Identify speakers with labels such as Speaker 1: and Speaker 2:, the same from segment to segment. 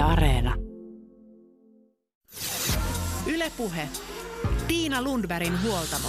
Speaker 1: Areena. Yle Puhe. Tiina Lundbergin huoltamo.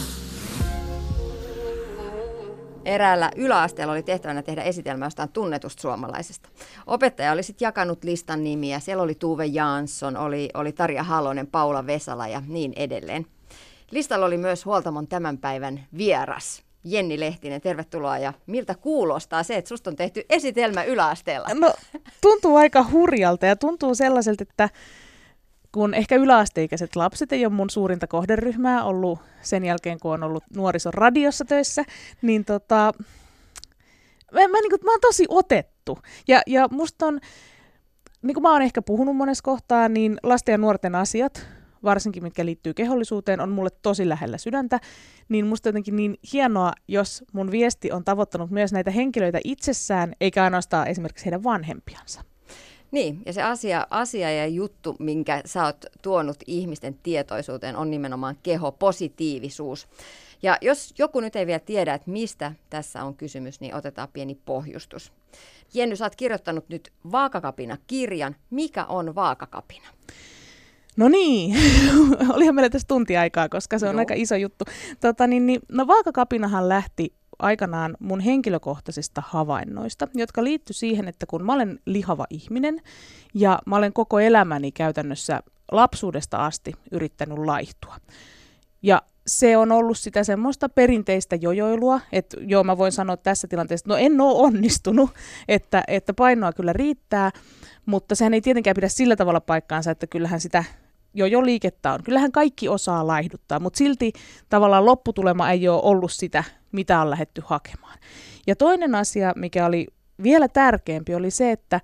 Speaker 2: Eräällä yläasteella oli tehtävänä tehdä esitelmä jostain tunnetusta suomalaisesta. Opettaja oli sitten jakanut listan nimiä. Siellä oli Tuve Jansson, oli Tarja Halonen, Paula Vesala ja niin edelleen. Listalla oli myös huoltamon tämän päivän vieras. Jenni Lehtinen, tervetuloa. Ja miltä kuulostaa se, että susta on tehty esitelmä yläasteella?
Speaker 3: No, tuntuu aika hurjalta ja tuntuu sellaiselta, että kun ehkä yläasteikäiset lapset ei ole mun suurinta kohderyhmää ollut sen jälkeen, kun on ollut nuorisoradiossa töissä, niin mä oon tosi otettu. Ja musta on, niin kuin mä oon ehkä puhunut monessa kohtaa, niin lasten ja nuorten asiat, varsinkin mitkä liittyy kehollisuuteen, on mulle tosi lähellä sydäntä, niin musta jotenkin niin hienoa, jos mun viesti on tavoittanut myös näitä henkilöitä itsessään, eikä ainoastaan esimerkiksi heidän vanhempiansa.
Speaker 2: Niin, ja se asia ja juttu, minkä sä oot tuonut ihmisten tietoisuuteen, on nimenomaan kehopositiivisuus. Ja jos joku nyt ei vielä tiedä, että mistä tässä on kysymys, niin otetaan pieni pohjustus. Jenny, sä oot kirjoittanut nyt Vaakakapina-kirjan. Mikä on vaakakapina?
Speaker 3: No niin, olihan meillä tässä tunti aikaa, koska se on aika iso juttu. No Vaakakapinahan lähti aikanaan mun henkilökohtaisista havainnoista, jotka liittyi siihen, että kun mä olen lihava ihminen ja mä olen koko elämäni käytännössä lapsuudesta asti yrittänyt laihtua. Ja se on ollut sitä semmoista perinteistä jojoilua, että joo, mä voin sanoa tässä tilanteessa, että no en ole onnistunut, että painoa kyllä riittää, mutta sehän ei tietenkään pidä sillä tavalla paikkaansa, että kyllähän sitä liikettä on. Kyllähän kaikki osaa laihduttaa, mutta silti tavallaan lopputulema ei ole ollut sitä, mitä on lähdetty hakemaan. Ja toinen asia, mikä oli vielä tärkeämpi, oli se, että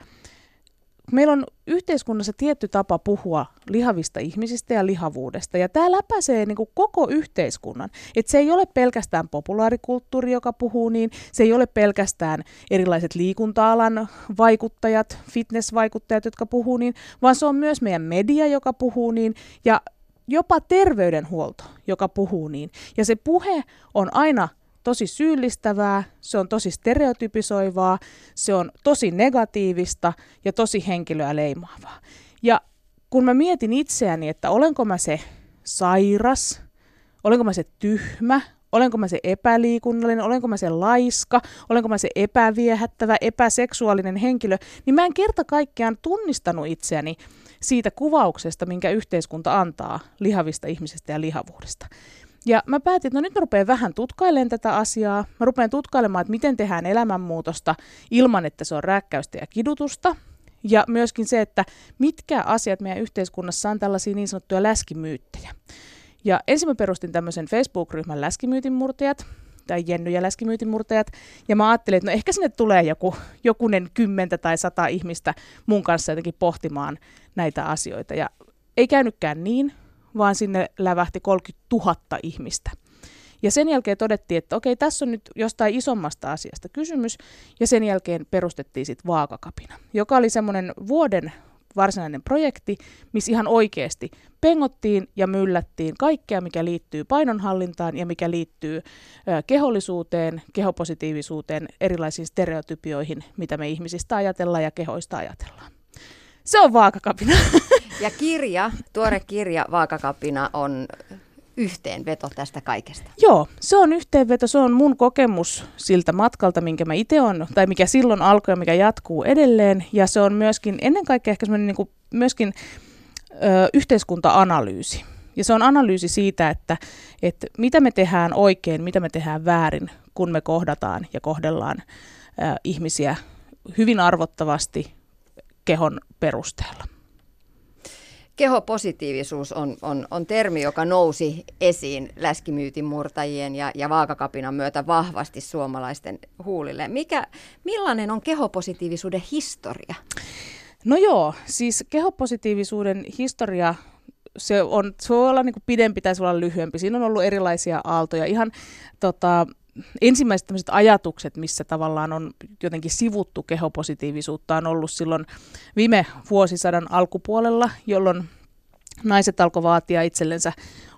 Speaker 3: meillä on yhteiskunnassa tietty tapa puhua lihavista ihmisistä ja lihavuudesta, ja tämä läpäisee niin kuin koko yhteiskunnan. Et se ei ole pelkästään populaarikulttuuri, joka puhuu niin, se ei ole pelkästään erilaiset liikunta-alan vaikuttajat, fitnessvaikuttajat, jotka puhuu niin, vaan se on myös meidän media, joka puhuu niin, ja jopa terveydenhuolto, joka puhuu niin. Ja se puhe on aina tosi syyllistävää, se on tosi stereotypisoivaa, se on tosi negatiivista ja tosi henkilöä leimaavaa. Ja kun mä mietin itseäni, että olenko mä se sairas, olenko mä se tyhmä, olenko mä se epäliikunnallinen, olenko mä se laiska, olenko mä se epäviehättävä, epäseksuaalinen henkilö, niin mä en kerta kaikkiaan tunnistanut itseäni siitä kuvauksesta, minkä yhteiskunta antaa lihavista ihmisistä ja lihavuudesta. Ja mä päätin, että no nyt mä rupean vähän tutkailemaan tätä asiaa. Mä rupean tutkailemaan, että miten tehdään elämänmuutosta ilman, että se on rääkkäystä ja kidutusta. Ja myöskin se, että mitkä asiat meidän yhteiskunnassa on tällaisia niin sanottuja läskimyyttejä. Ja ensin mä perustin tämmöisen Facebook-ryhmän läskimyytinmurtajat, tai Jenny ja läskimyytinmurtajat. Ja mä ajattelin, että no ehkä sinne tulee jokunen 10 tai 100 ihmistä mun kanssa jotenkin pohtimaan näitä asioita. Ja ei käynytkään niin, vaan sinne lävähti 30 000 ihmistä. Ja sen jälkeen todettiin, että okei, tässä on nyt jostain isommasta asiasta kysymys, ja sen jälkeen perustettiin sitten Vaakakapina, joka oli semmoinen vuoden varsinainen projekti, missä ihan oikeasti pengottiin ja myllättiin kaikkea, mikä liittyy painonhallintaan ja mikä liittyy kehollisuuteen, kehopositiivisuuteen, erilaisiin stereotypioihin, mitä me ihmisistä ajatellaan ja kehoista ajatellaan. Se on Vaakakapina.
Speaker 2: Ja tuore kirja Vaakakapina on yhteenveto tästä kaikesta.
Speaker 3: Joo, se on yhteenveto. Se on mun kokemus siltä matkalta, minkä mä itse on, tai mikä silloin alkoi ja mikä jatkuu edelleen. Ja se on myöskin ennen kaikkea ehkä semmoinen niin kuin myöskin yhteiskunta-analyysi. Ja se on analyysi siitä, että mitä me tehdään oikein, mitä me tehdään väärin, kun me kohdataan ja kohdellaan ihmisiä hyvin arvottavasti kehon perusteella.
Speaker 2: Kehopositiivisuus on termi, joka nousi esiin läskimyytin murtajien ja Vaakakapinan myötä vahvasti suomalaisten huulille. Millainen on kehopositiivisuuden historia?
Speaker 3: No joo, siis kehopositiivisuuden historia, se voi olla niin kuin pidempi tai se voi olla lyhyempi. Siinä on ollut erilaisia aaltoja. Ihan ensimmäiset tämmöiset ajatukset, missä tavallaan on jotenkin sivuttu kehopositiivisuutta, on ollut silloin viime vuosisadan alkupuolella, jolloin naiset alkoi vaatia itsellensä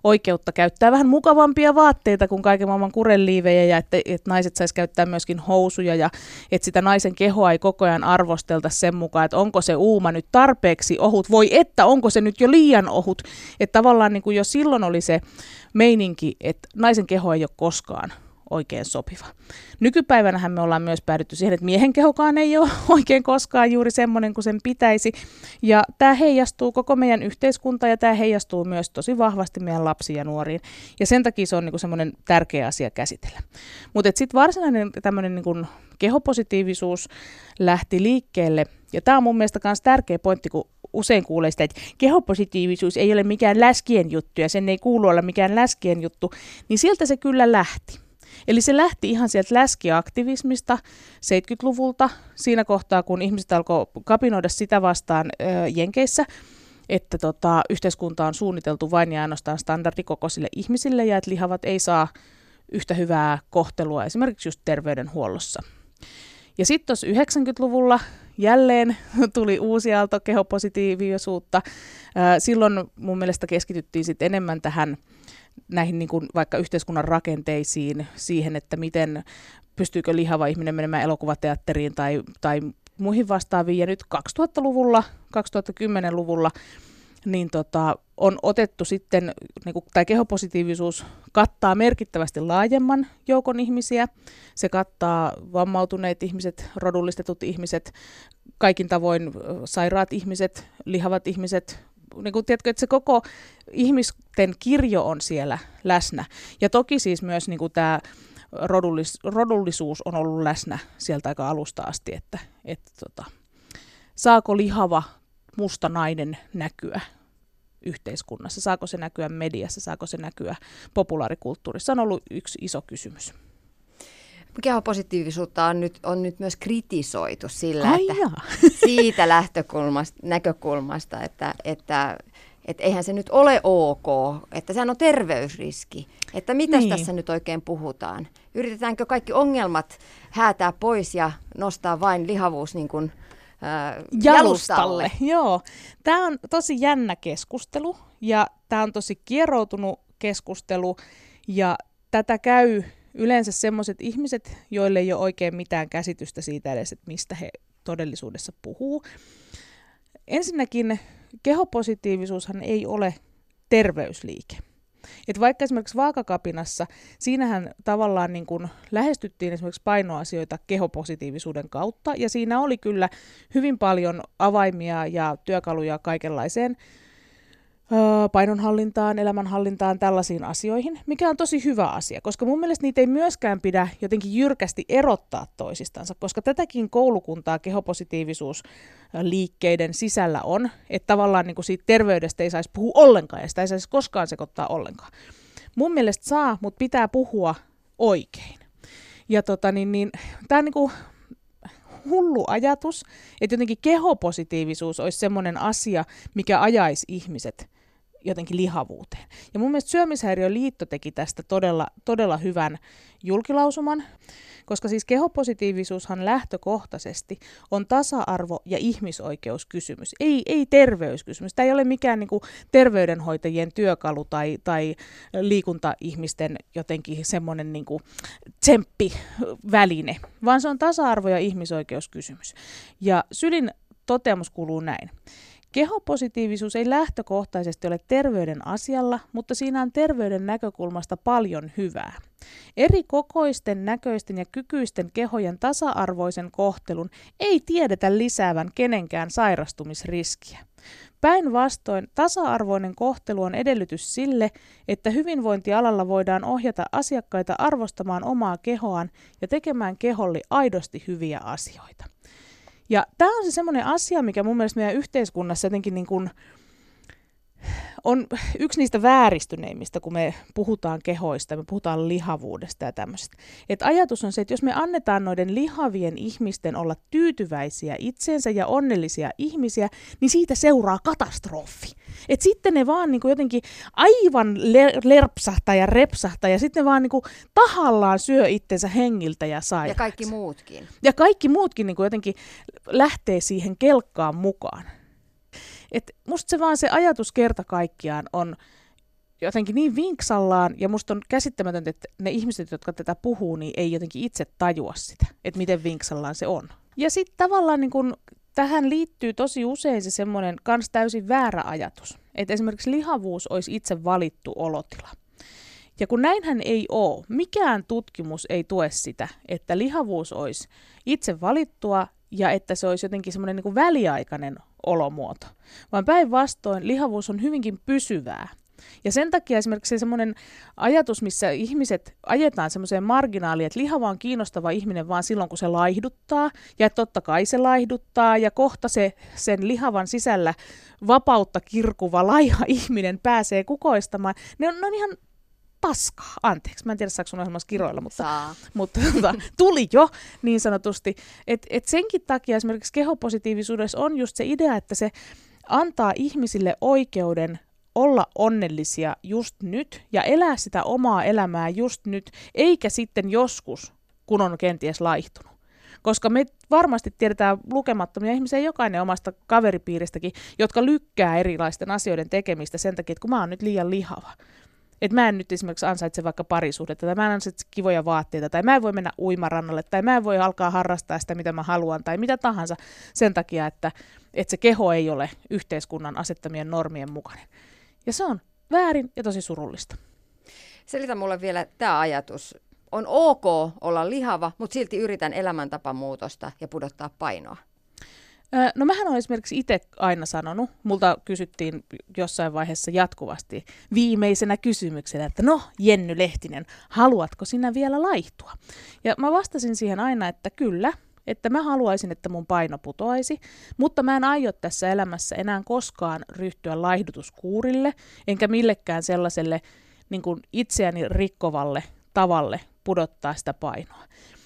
Speaker 3: oikeutta käyttää vähän mukavampia vaatteita kuin kaiken maailman kureliivejä ja että naiset sais käyttää myöskin housuja ja että sitä naisen kehoa ei koko ajan arvostelta sen mukaan, että onko se uuma nyt tarpeeksi ohut, voi että onko se nyt jo liian ohut, että tavallaan niin kuin jo silloin oli se meininki, että naisen keho ei ole koskaan oikein sopiva. Nykypäivänähän me ollaan myös päädytty siihen, että miehen kehokaan ei ole oikein koskaan juuri semmoinen kuin sen pitäisi. Ja tämä heijastuu koko meidän yhteiskuntaan ja tämä heijastuu myös tosi vahvasti meidän lapsiin ja nuoriin. Ja sen takia se on niinku semmoinen tärkeä asia käsitellä. Mutta sitten varsinainen tämmöinen niinku kehopositiivisuus lähti liikkeelle. Ja tämä on mun mielestä myös tärkeä pointti, kun usein kuulee sitä, että kehopositiivisuus ei ole mikään läskien juttu ja sen ei kuulu olla mikään läskien juttu, niin sieltä se kyllä lähti. Eli se lähti ihan sieltä läskiaktivismista 70-luvulta, siinä kohtaa, kun ihmiset alkoi kapinoida sitä vastaan Jenkeissä, että yhteiskunta on suunniteltu vain ja ainoastaan standardikokoisille ihmisille ja että lihavat ei saa yhtä hyvää kohtelua esimerkiksi just terveydenhuollossa. Ja sitten tuossa 90-luvulla jälleen tuli uusi aalto kehopositiivisuutta. Silloin mun mielestä keskityttiin sit enemmän näihin niin kuin vaikka yhteiskunnan rakenteisiin, siihen, että miten pystyykö lihava ihminen menemään elokuvateatteriin tai muihin vastaaviin. Ja nyt 2000-luvulla, 2010-luvulla niin on otettu sitten, tai kehopositiivisuus kattaa merkittävästi laajemman joukon ihmisiä. Se kattaa vammautuneet ihmiset, rodullistetut ihmiset, kaikin tavoin sairaat ihmiset, lihavat ihmiset. Niin kuin, tiedätkö, että se koko ihmisten kirjo on siellä läsnä. Ja toki siis myös niin kuin tämä rodullisuus on ollut läsnä sieltä aika alusta asti, että saako lihava musta nainen näkyä yhteiskunnassa, saako se näkyä mediassa, saako se näkyä populaarikulttuurissa, on ollut yksi iso kysymys.
Speaker 2: Kehopositiivisuutta on nyt myös kritisoitu sillä, siitä näkökulmasta, että eihän se nyt ole ok, että sehän on terveysriski, että mitäs niin tässä nyt oikein puhutaan. Yritetäänkö kaikki ongelmat häätää pois ja nostaa vain lihavuus niin kuin jalustalle?
Speaker 3: Joo, tämä on tosi jännä keskustelu ja tämä on tosi kieroutunut keskustelu ja tätä käy yleensä sellaiset ihmiset, joille ei ole oikein mitään käsitystä siitä edes, että mistä he todellisuudessa puhuu. Ensinnäkin kehopositiivisuushan ei ole terveysliike. Et vaikka esimerkiksi Vaakakapinassa, siinähän tavallaan niin kun lähestyttiin esimerkiksi painoasioita kehopositiivisuuden kautta, ja siinä oli kyllä hyvin paljon avaimia ja työkaluja kaikenlaiseen painonhallintaan, elämänhallintaan, tällaisiin asioihin, mikä on tosi hyvä asia, koska mun mielestä niitä ei myöskään pidä jotenkin jyrkästi erottaa toisistansa, koska tätäkin koulukuntaa kehopositiivisuusliikkeiden sisällä on, että tavallaan niin kuin siitä terveydestä ei saisi puhua ollenkaan ja sitä ei saisi koskaan sekoittaa ollenkaan. Mun mielestä saa, mutta pitää puhua oikein. Ja tämä on niin kuin hullu ajatus, että jotenkin kehopositiivisuus olisi semmoinen asia, mikä ajaisi ihmiset jotenkin lihavuuteen. Ja mun mielestä Syömishäiriöliitto teki tästä todella, todella hyvän julkilausuman, koska siis kehopositiivisuushan lähtökohtaisesti on tasa-arvo- ja ihmisoikeuskysymys, ei terveyskysymys. Tämä ei ole mikään niin kuin terveydenhoitajien työkalu tai liikuntaihmisten jotenkin semmoinen niin kuin tsemppiväline, vaan se on tasa-arvo- ja ihmisoikeuskysymys. Ja Sylin toteamus kuuluu näin. Kehopositiivisuus ei lähtökohtaisesti ole terveyden asialla, mutta siinä on terveyden näkökulmasta paljon hyvää. Eri kokoisten, näköisten ja kykyisten kehojen tasa-arvoisen kohtelun ei tiedetä lisäävän kenenkään sairastumisriskiä. Päinvastoin tasa-arvoinen kohtelu on edellytys sille, että hyvinvointialalla voidaan ohjata asiakkaita arvostamaan omaa kehoaan ja tekemään keholle aidosti hyviä asioita. Ja tämä on se semmoinen asia, mikä mun mielestä meidän yhteiskunnassa jotenkin niin kuin on yksi niistä vääristyneimmistä, kun me puhutaan kehoista, me puhutaan lihavuudesta ja tämmöisestä. Että ajatus on se, että jos me annetaan noiden lihavien ihmisten olla tyytyväisiä itseensä ja onnellisia ihmisiä, niin siitä seuraa katastrofi. Että sitten ne vaan niin kuin jotenkin aivan lerpsahtaa ja repsahtaa ja sitten ne vaan niin kuin tahallaan syö itsensä hengiltä ja sairaaksi.
Speaker 2: Ja kaikki muutkin.
Speaker 3: Ja kaikki muutkin niin kuin jotenkin lähtee siihen kelkkaan mukaan. Et musta se vaan se ajatus kerta kaikkiaan on jotenkin niin vinksallaan, ja musta on käsittämätöntä, että ne ihmiset, jotka tätä puhuu, niin ei jotenkin itse tajua sitä, että miten vinksallaan se on. Ja sitten tavallaan niin kun tähän liittyy tosi usein se semmoinen kans täysin väärä ajatus, että esimerkiksi lihavuus olisi itse valittu olotila. Ja kun näinhän ei ole, mikään tutkimus ei tue sitä, että lihavuus olisi itse valittua ja että se olisi jotenkin semmoinen niin kuin väliaikainen olomuoto, vaan päinvastoin lihavuus on hyvinkin pysyvää. Ja sen takia esimerkiksi se semmoinen ajatus, missä ihmiset ajetaan semmoiseen marginaaliin, että lihava on kiinnostava ihminen vaan silloin, kun se laihduttaa, ja totta kai se laihduttaa, ja kohta sen lihavan sisällä vapautta kirkuva laiha ihminen pääsee kukoistamaan. Ne on ihan paskaa. Anteeksi, mä en tiedä saako sun ohjelmassa kiroilla, mutta tuli jo niin sanotusti. Et senkin takia esimerkiksi kehopositiivisuudessa on just se idea, että se antaa ihmisille oikeuden olla onnellisia just nyt ja elää sitä omaa elämää just nyt, eikä sitten joskus, kun on kenties laihtunut. Koska me varmasti tiedetään lukemattomia ihmisiä, jokainen omasta kaveripiiristäkin, jotka lykkää erilaisten asioiden tekemistä sen takia, että kun mä oon nyt liian lihava. Että mä en nyt esimerkiksi ansaitse vaikka parisuhdetta, tai mä en ansaitse kivoja vaatteita, tai mä en voi mennä uimarannalle, tai mä en voi alkaa harrastaa sitä, mitä mä haluan, tai mitä tahansa sen takia, että se keho ei ole yhteiskunnan asettamien normien mukainen. Ja se on väärin ja tosi surullista.
Speaker 2: Selitä mulle vielä tämä ajatus. On ok olla lihava, mutta silti yritän elämäntapamuutosta ja pudottaa painoa.
Speaker 3: No mähän olen esimerkiksi itse aina sanonut, multa kysyttiin jossain vaiheessa jatkuvasti viimeisenä kysymyksenä, että no Jenny Lehtinen, haluatko sinä vielä laihtua? Ja mä vastasin siihen aina, että kyllä, että mä haluaisin, että mun paino putoaisi, mutta mä en aio tässä elämässä enää koskaan ryhtyä laihdutuskuurille, enkä millekään sellaiselle niin kuin itseäni rikkovalle tavalle pudottaa sitä painoa.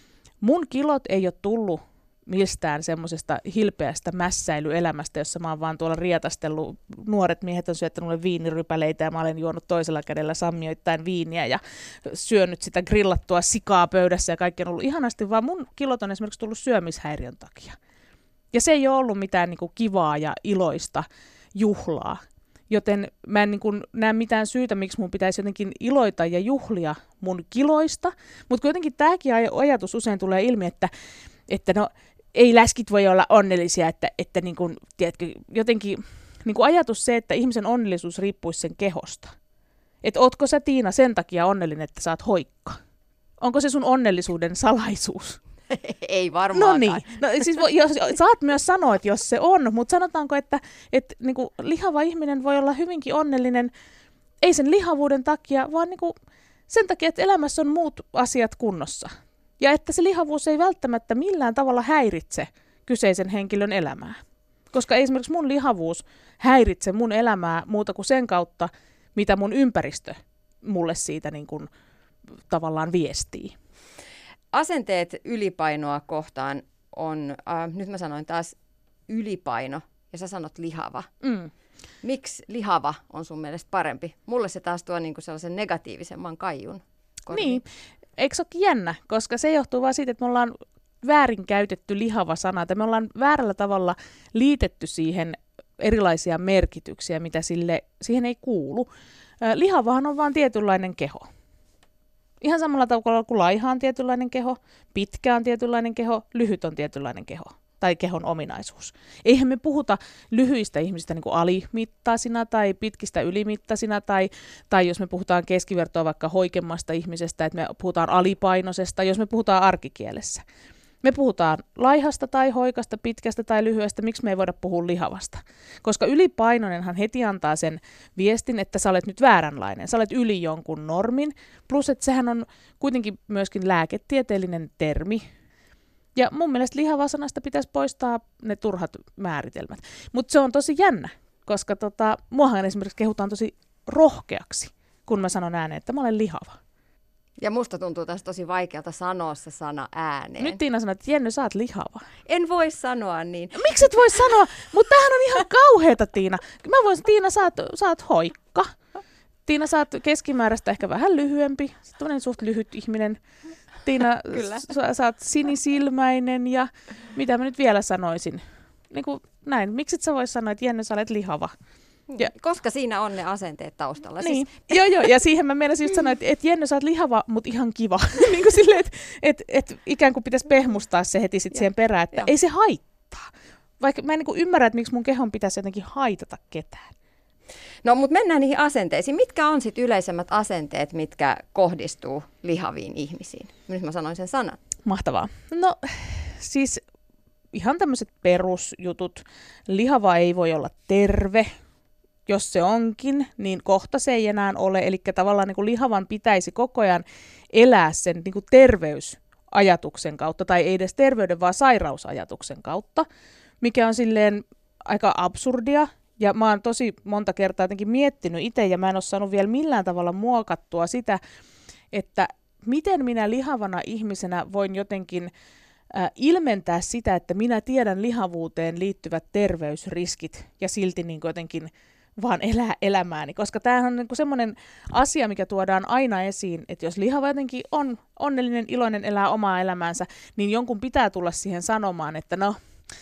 Speaker 3: Mun kilot ei ole tullut mistään semmoisesta hilpeästä mässäilyelämästä, jossa mä oon vaan tuolla rietastellut, nuoret miehet on syöttänyt mulle viinirypäleitä ja mä olen juonut toisella kädellä sammioittain viiniä ja syönyt sitä grillattua sikaa pöydässä ja kaikki on ollut ihanasti, vaan mun kilot on esimerkiksi tullut syömishäiriön takia. Ja se ei ole ollut mitään niin kuin kivaa ja iloista juhlaa, joten mä en niin kuin näe mitään syytä, miksi mun pitäisi jotenkin iloita ja juhlia mun kiloista, mutta kuitenkin tämäkin ajatus usein tulee ilmi, että no ei läskit voi olla onnellisia, että niin kuin, tiedätkö, jotenkin niin kuin ajatus se, että ihmisen onnellisuus riippuisi sen kehosta. Että ootko sä Tiina sen takia onnellinen, että sä oot hoikka? Onko se sun onnellisuuden salaisuus?
Speaker 2: Ei varmaankaan.
Speaker 3: No niin, siis saat myös sanoa, että jos se on, mutta sanotaanko, että niin kuin lihava ihminen voi olla hyvinkin onnellinen, ei sen lihavuuden takia, vaan niin kuin sen takia, että elämässä on muut asiat kunnossa. Ja että se lihavuus ei välttämättä millään tavalla häiritse kyseisen henkilön elämää. Koska ei esimerkiksi mun lihavuus häiritse mun elämää muuta kuin sen kautta, mitä mun ympäristö mulle siitä niin kuin tavallaan viestii.
Speaker 2: Asenteet ylipainoa kohtaan on, nyt mä sanoin taas ylipaino ja sä sanot lihava. Miksi lihava on sun mielestä parempi? Mulle se taas tuo niinku sellaisen negatiivisemman kaiun korviin.
Speaker 3: Niin. Eikö se olekin jännä? Koska se johtuu vaan siitä, että me ollaan väärinkäytetty lihava sana, että me ollaan väärällä tavalla liitetty siihen erilaisia merkityksiä, mitä siihen ei kuulu. Lihavahan on vaan tietynlainen keho. Ihan samalla tavalla kuin laiha on tietynlainen keho, pitkä on tietynlainen keho, lyhyt on tietynlainen keho tai kehon ominaisuus. Eihän me puhuta lyhyistä ihmisistä niin kuin alimittaisina tai pitkistä ylimittaisina tai jos me puhutaan keskivertoa vaikka hoikemmasta ihmisestä, että me puhutaan alipainoisesta, jos me puhutaan arkikielessä. Me puhutaan laihasta tai hoikasta, pitkästä tai lyhyestä, miksi me ei voida puhua lihavasta? Koska ylipainoinenhan heti antaa sen viestin, että sä olet nyt vääränlainen, sä olet yli jonkun normin, plus että sehän on kuitenkin myöskin lääketieteellinen termi. Ja mun mielestä lihava-sanasta pitäisi poistaa ne turhat määritelmät. Mutta se on tosi jännä, koska muahan esimerkiksi kehutaan tosi rohkeaksi, kun mä sanon ääneen, että mä olen lihava.
Speaker 2: Ja musta tuntuu tästä tosi vaikealta sanoa se sana ääneen.
Speaker 3: Nyt Tiina sanoo, että Jenny, sä oot lihava.
Speaker 2: En voi sanoa niin.
Speaker 3: Miksi et voi sanoa? Mutta tämähän on ihan kauheata, Tiina. Tiina, sä oot hoikka. Tiina, sä oot keskimääräistä ehkä vähän lyhyempi. Sä oot suht lyhyt ihminen. Tiina, sä oot sinisilmäinen ja mitä mä nyt vielä sanoisin. Niin kuin näin. Miksi et sä vois sanoa, että Jenny, sä olet lihava?
Speaker 2: Koska siinä on ne asenteet taustalla.
Speaker 3: Niin. Siis... Joo, ja siihen mä meinasin just sanoa, että Jenny, sä oot lihava, mutta ihan kiva. Niin kuin silleen, että ikään kuin pitäisi pehmustaa se heti sit siihen perään, että ei se haittaa. Vaikka mä en niin ymmärrä, että miksi mun kehon pitäisi jotenkin haitata ketään.
Speaker 2: No, mutta mennään niihin asenteisiin. Mitkä on sitten yleisemmät asenteet, mitkä kohdistuu lihaviin ihmisiin? Nyt mä sanoin sen sanan.
Speaker 3: Mahtavaa. No, siis ihan tämmöiset perusjutut. Lihava ei voi olla terve. Jos se onkin, niin kohta se ei enää ole. Eli tavallaan niin kuin lihavan pitäisi koko ajan elää sen niin kuin terveysajatuksen kautta, tai ei edes terveyden, vaan sairausajatuksen kautta, mikä on silleen aika absurdia. Ja mä oon tosi monta kertaa jotenkin miettinyt itse, ja mä en ole saanut vielä millään tavalla muokattua sitä, että miten minä lihavana ihmisenä voin jotenkin ilmentää sitä, että minä tiedän lihavuuteen liittyvät terveysriskit, ja silti niin jotenkin vaan elää elämääni. Koska tämähän on niin semmoinen asia, mikä tuodaan aina esiin, että jos lihava jotenkin on onnellinen, iloinen, elää omaa elämäänsä, niin jonkun pitää tulla siihen sanomaan, että no,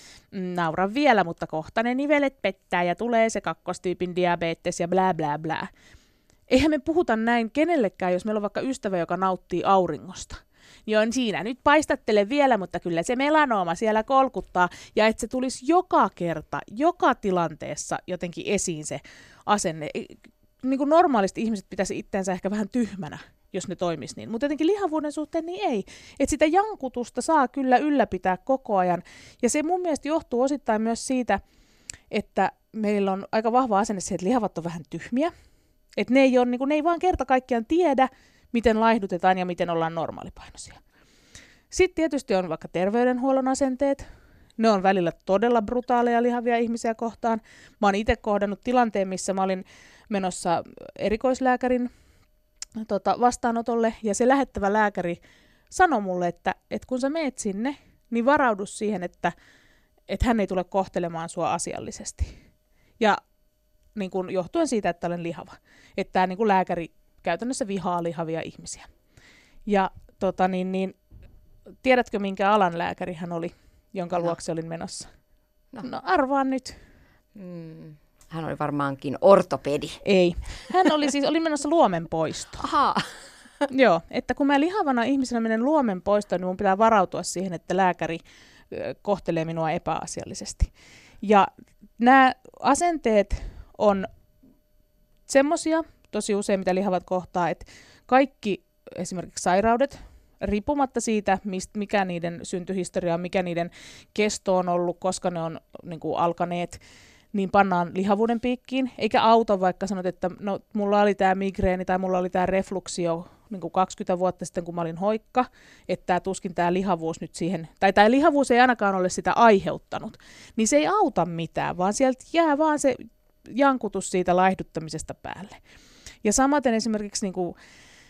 Speaker 3: naura vielä, mutta kohta ne nivelet pettää ja tulee se kakkostyypin diabetes ja blää blää blää. Eihän me puhuta näin kenellekään, jos meillä on vaikka ystävä, joka nauttii auringosta. Niin on siinä, nyt paistattele vielä, mutta kyllä se melanooma siellä kolkuttaa. Ja että se tulisi joka kerta, joka tilanteessa jotenkin esiin se asenne. Niin kuin normaalisti ihmiset pitäisi itseensä ehkä vähän tyhmänä, jos ne toimisi niin. Mutta jotenkin lihavuuden suhteen niin ei. Että sitä jankutusta saa kyllä ylläpitää koko ajan. Ja se mun mielestä johtuu osittain myös siitä, että meillä on aika vahva asenne se, että lihavat on vähän tyhmiä. Että ne ei, ole, niin kuin, ne ei vaan kerta kaikkiaan tiedä, miten laihdutetaan ja miten ollaan normaalipainoisia. Sitten tietysti on vaikka terveydenhuollon asenteet. Ne on välillä todella brutaaleja lihavia ihmisiä kohtaan. Mä oon itse kohdannut tilanteen, missä mä olin menossa erikoislääkärin vastaanotolle, ja se lähettävä lääkäri sanoi mulle, että kun sä meet sinne, niin varaudu siihen, että hän ei tule kohtelemaan sua asiallisesti. Ja niin kun, johtuen siitä, että olen lihava. Että tämä niin kun lääkäri käytännössä vihaa lihavia ihmisiä. Ja tiedätkö, minkä alan lääkäri hän oli, jonka luokse olin menossa? No arvaan nyt.
Speaker 2: Hän oli varmaankin ortopedi.
Speaker 3: Ei. Hän oli menossa luomenpoistoon.
Speaker 2: Ahaa.
Speaker 3: Joo, että kun mä lihavana ihmisenä menen luomenpoistoon, niin mun pitää varautua siihen, että lääkäri kohtelee minua epäasiallisesti. Ja nämä asenteet on semmoisia, tosi usein mitä lihavat kohtaa, että kaikki esimerkiksi sairaudet, riippumatta siitä, mikä niiden syntyhistoria on, mikä niiden kesto on ollut, koska ne on niin kuin alkaneet, niin pannaan lihavuuden piikkiin, eikä auta vaikka sanot, että no, mulla oli tämä migreeni tai mulla oli tämä refluksio niin kuin 20 vuotta sitten, kun mä olin hoikka, että tuskin tämä lihavuus nyt siihen, tai tämä lihavuus ei ainakaan ole sitä aiheuttanut, niin se ei auta mitään, vaan sieltä jää vaan se jankutus siitä laihduttamisesta päälle. Ja samaten esimerkiksi niin kuin,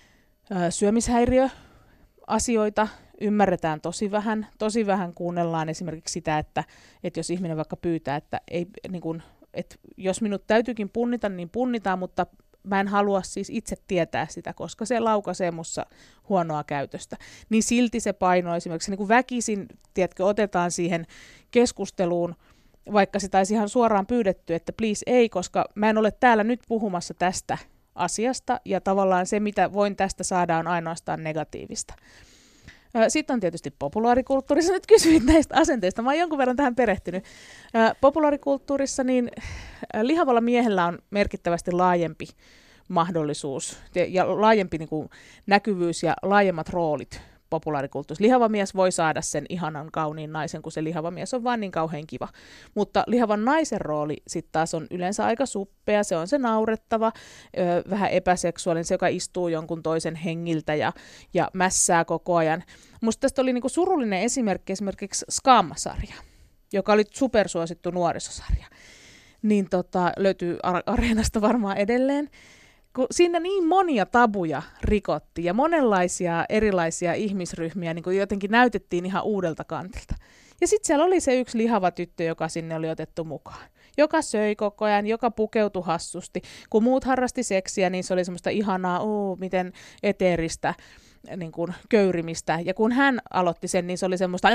Speaker 3: syömishäiriöasioita ymmärretään tosi vähän kuunnellaan esimerkiksi sitä, että jos ihminen vaikka pyytää, että, niin kuin, että jos minut täytyykin punnita, niin punnitaan, mutta mä en halua siis itse tietää sitä, koska se laukaisee mussa huonoa käytöstä. Niin silti se paino esimerkiksi niin kuin väkisin, tiedätkö, otetaan siihen keskusteluun, vaikka sitä olisi ihan suoraan pyydetty, että please ei, koska mä en ole täällä nyt puhumassa tästä asiasta, ja tavallaan se, mitä voin tästä saada, on ainoastaan negatiivista. Sitten on tietysti populaarikulttuurissa, nyt kysyit näistä asenteista, mä oon jonkun verran tähän perehtynyt. Populaarikulttuurissa niin lihavalla miehellä on merkittävästi laajempi mahdollisuus ja laajempi niin kuin näkyvyys ja laajemmat roolit populaarikulttuurissa. Lihava mies voi saada sen ihanan kauniin naisen, kun se lihava mies on vaan niin kauhean kiva. Mutta lihavan naisen rooli sitten taas on yleensä aika suppea, se on se naurettava, vähän epäseksuaalinen, se joka istuu jonkun toisen hengiltä ja mässää koko ajan. Musta tästä oli niinku surullinen esimerkki esimerkiksi Skam-sarja, joka oli supersuosittu nuorisosarja. Niin löytyy Areenasta varmaan edelleen. Kun siinä niin monia tabuja rikottiin ja monenlaisia erilaisia ihmisryhmiä niin kuin jotenkin näytettiin ihan uudelta kantilta. Ja sitten siellä oli se yksi lihava tyttö, joka sinne oli otettu mukaan. Joka söi koko ajan, joka pukeutui hassusti. Kun muut harrasti seksiä, niin se oli semmoista ihanaa, miten eteeristä niin kuin köyrimistä. Ja kun hän aloitti sen, niin se oli semmoista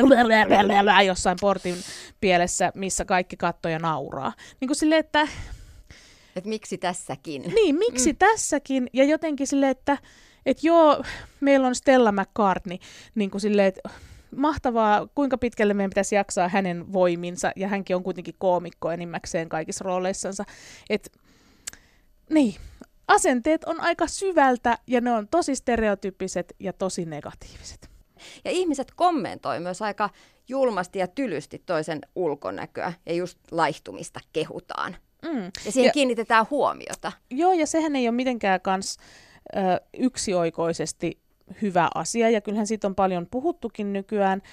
Speaker 3: jossain portin pielessä, missä kaikki katsoo ja nauraa. Niin kuin silleen, että
Speaker 2: Että miksi tässäkin?
Speaker 3: Niin, miksi tässäkin? Ja jotenkin silleen, että joo, meillä on Stella McCartney, niin kuin silleen, että mahtavaa, kuinka pitkälle meidän pitäisi jaksaa hänen voiminsa, ja hänkin on kuitenkin koomikko enimmäkseen kaikissa rooleissansa. Että niin, asenteet on aika syvältä, ja ne on tosi stereotyyppiset ja tosi negatiiviset.
Speaker 2: Ja ihmiset kommentoi myös aika julmasti ja tylysti toisen ulkonäköä, ja just laihtumista kehutaan. Ja siihen kiinnitetään huomiota.
Speaker 3: Joo, ja sehän ei ole mitenkään kans yksioikoisesti hyvä asia, ja kyllähän siitä on paljon puhuttukin nykyään.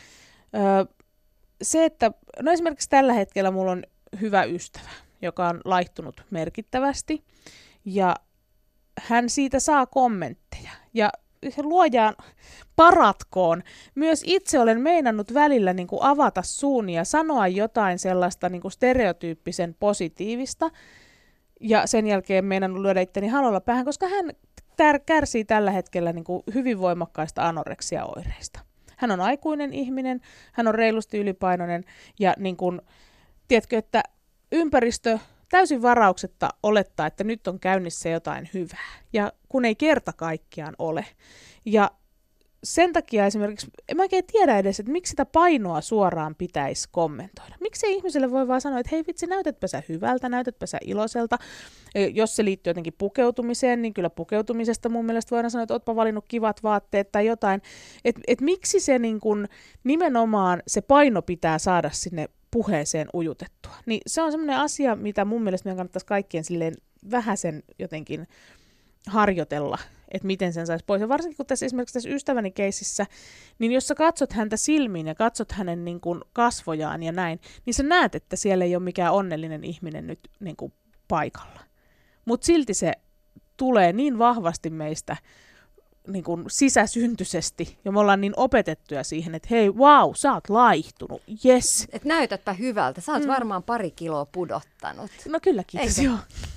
Speaker 3: Se, että no esimerkiksi tällä hetkellä mulla on hyvä ystävä, joka on laihtunut merkittävästi, ja hän siitä saa kommentteja, ja luojaan paratkoon. Myös itse olen meinannut välillä niin kuin avata suun ja sanoa jotain sellaista niin kuin stereotyyppisen positiivista, ja sen jälkeen meinannut lyödä itteni halolla päähän, koska hän kärsii tällä hetkellä niin kuin hyvin voimakkaista anoreksiaoireista. Hän on aikuinen ihminen, hän on reilusti ylipainoinen, ja niin kuin, tiedätkö, että ympäristö täysin varauksetta olettaa, että nyt on käynnissä jotain hyvää, ja kun ei kerta kaikkiaan ole. Ja sen takia esimerkiksi, en mä oikein tiedä edes, että miksi sitä painoa suoraan pitäisi kommentoida. Miksi ei ihmiselle voi vaan sanoa, että hei vitsi, näytätpä sä hyvältä, näytätpä sä iloiselta. Jos se liittyy jotenkin pukeutumiseen, niin kyllä pukeutumisesta mun mielestä voidaan sanoa, että ootpa valinnut kivat vaatteet tai jotain. Et miksi se niin kun, nimenomaan se paino pitää saada sinne puheeseen ujutettua. Niin se on semmoinen asia, mitä mun mielestä meidän kannattaisi kaikkien silleen vähäsen jotenkin harjoitella, että miten sen saisi pois. Ja varsinkin kun esimerkiksi tässä ystäväni keisissä, niin jos sä katsot häntä silmiin ja katsot hänen niin kuin kasvojaan ja näin, niin sä näet, että siellä ei ole mikään onnellinen ihminen nyt niin kuin paikalla. Mutta silti se tulee niin vahvasti meistä niin kuin sisäsyntyisesti, ja me ollaan niin opetettuja siihen, että hei, wow, sä oot laihtunut, yes.
Speaker 2: Et näytätpä hyvältä, sä oot varmaan 2 kiloa pudottanut.
Speaker 3: No kyllä, kiitos, joo.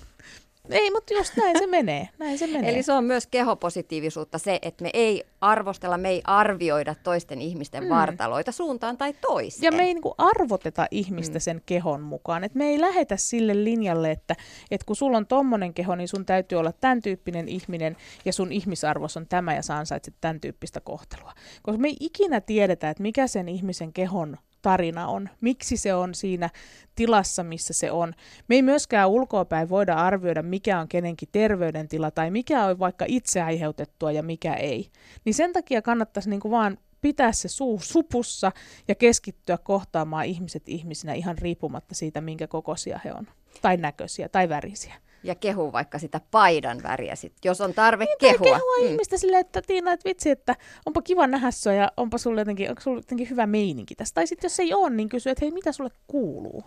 Speaker 3: Ei, mutta just näin se menee.
Speaker 2: Eli se on myös kehopositiivisuutta se, että me ei arvostella, me ei arvioida toisten ihmisten vartaloita suuntaan tai toiseen.
Speaker 3: Ja me ei niinku arvoteta ihmistä sen kehon mukaan. Et me ei lähetä sille linjalle, että kun sulla on tommonen keho, niin sun täytyy olla tämän tyyppinen ihminen ja sun ihmisarvos on tämä ja sä ansaitset tämän tyyppistä kohtelua. Koska me ei ikinä tiedetä, että mikä sen ihmisen kehon tarina on, miksi se on siinä tilassa, missä se on. Me ei myöskään ulkoapäin voida arvioida, mikä on kenenkin terveydentila tai mikä on vaikka itse aiheutettua ja mikä ei. Niin sen takia kannattaisi niinku vaan pitää se suu supussa ja keskittyä kohtaamaan ihmiset ihmisinä ihan riippumatta siitä, minkä kokoisia he on, tai näköisiä tai värisiä.
Speaker 2: Ja kehu vaikka sitä paidan väriä sit, jos on tarve
Speaker 3: niin,
Speaker 2: kehua.
Speaker 3: Tai kehua ihmistä silleen, että Tiina, että vitsi, että onpa kiva nähdä sua ja onko sulla jotenkin hyvä meininki tässä. Tai sitten jos ei ole, niin kysy, että hei, mitä sulle kuuluu?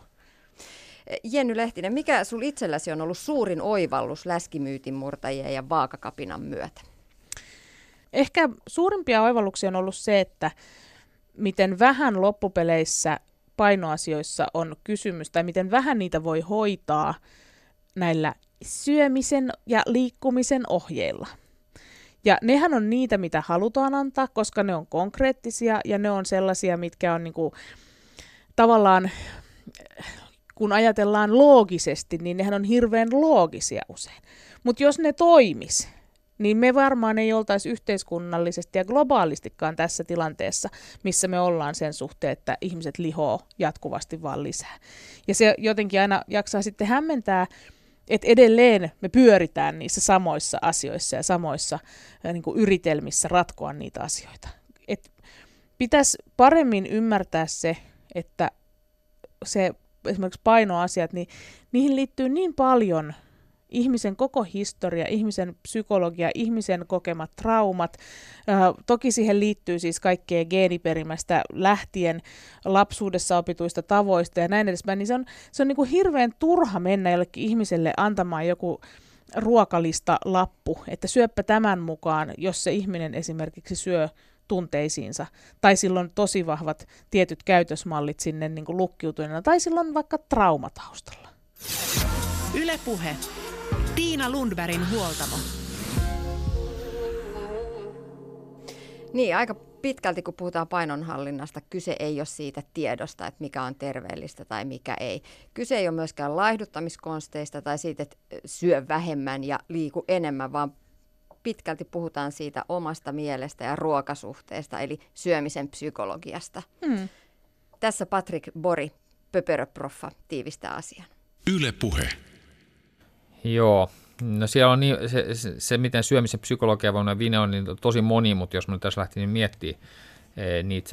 Speaker 2: Jenny Lehtinen, mikä sul itselläsi on ollut suurin oivallus läskimyytin murtajien ja vaakakapinan myötä?
Speaker 3: Ehkä suurimpia oivalluksia on ollut se, että miten vähän loppupeleissä painoasioissa on kysymys, tai miten vähän niitä voi hoitaa näillä syömisen ja liikkumisen ohjeilla. Ja nehän on niitä, mitä halutaan antaa, koska ne on konkreettisia ja ne on sellaisia, mitkä on niinku, tavallaan, kun ajatellaan loogisesti, niin nehän on hirveän loogisia usein. Mutta jos ne toimis, niin me varmaan ei oltaisi yhteiskunnallisesti ja globaalistikaan tässä tilanteessa, missä me ollaan sen suhteen, että ihmiset lihoo jatkuvasti vaan lisää. Ja se jotenkin aina jaksaa sitten hämmentää, että edelleen me pyöritään niissä samoissa asioissa ja samoissa niin kuin yritelmissä ratkoa niitä asioita. Et pitäisi paremmin ymmärtää se, että se esimerkiksi painoasiat, niin niihin liittyy niin paljon ihmisen koko historia, ihmisen psykologia, ihmisen kokemat traumat. Toki siihen liittyy siis kaikkea geeniperimästä lähtien lapsuudessa opituista tavoista ja näin edespäin. Niin se on niin kuin hirveän turha mennä jollekin ihmiselle antamaan joku ruokalista lappu, että syöppä tämän mukaan, jos se ihminen esimerkiksi syö tunteisiinsa, tai silloin tosi vahvat tietyt käytösmallit sinne niin kuin lukkiutuneena, tai silloin vaikka traumataustalla.
Speaker 1: Yle Puhe. Tiina Lundbergin huoltamo.
Speaker 2: Niin, aika pitkälti, kun puhutaan painonhallinnasta, kyse ei ole siitä tiedosta, että mikä on terveellistä tai mikä ei. Kyse ei ole myöskään laihduttamiskonsteista tai siitä, että syö vähemmän ja liiku enemmän, vaan pitkälti puhutaan siitä omasta mielestä ja ruokasuhteesta, eli syömisen psykologiasta. Tässä Patrik Bori, Pöperöproffa, tiivistää asian.
Speaker 4: Yle Puhe.
Speaker 5: Joo, no siellä on niin, se miten syömisen psykologia voi olla Vine on niin tosi moni, mutta jos mä tässä lähtin niin miettimään niitä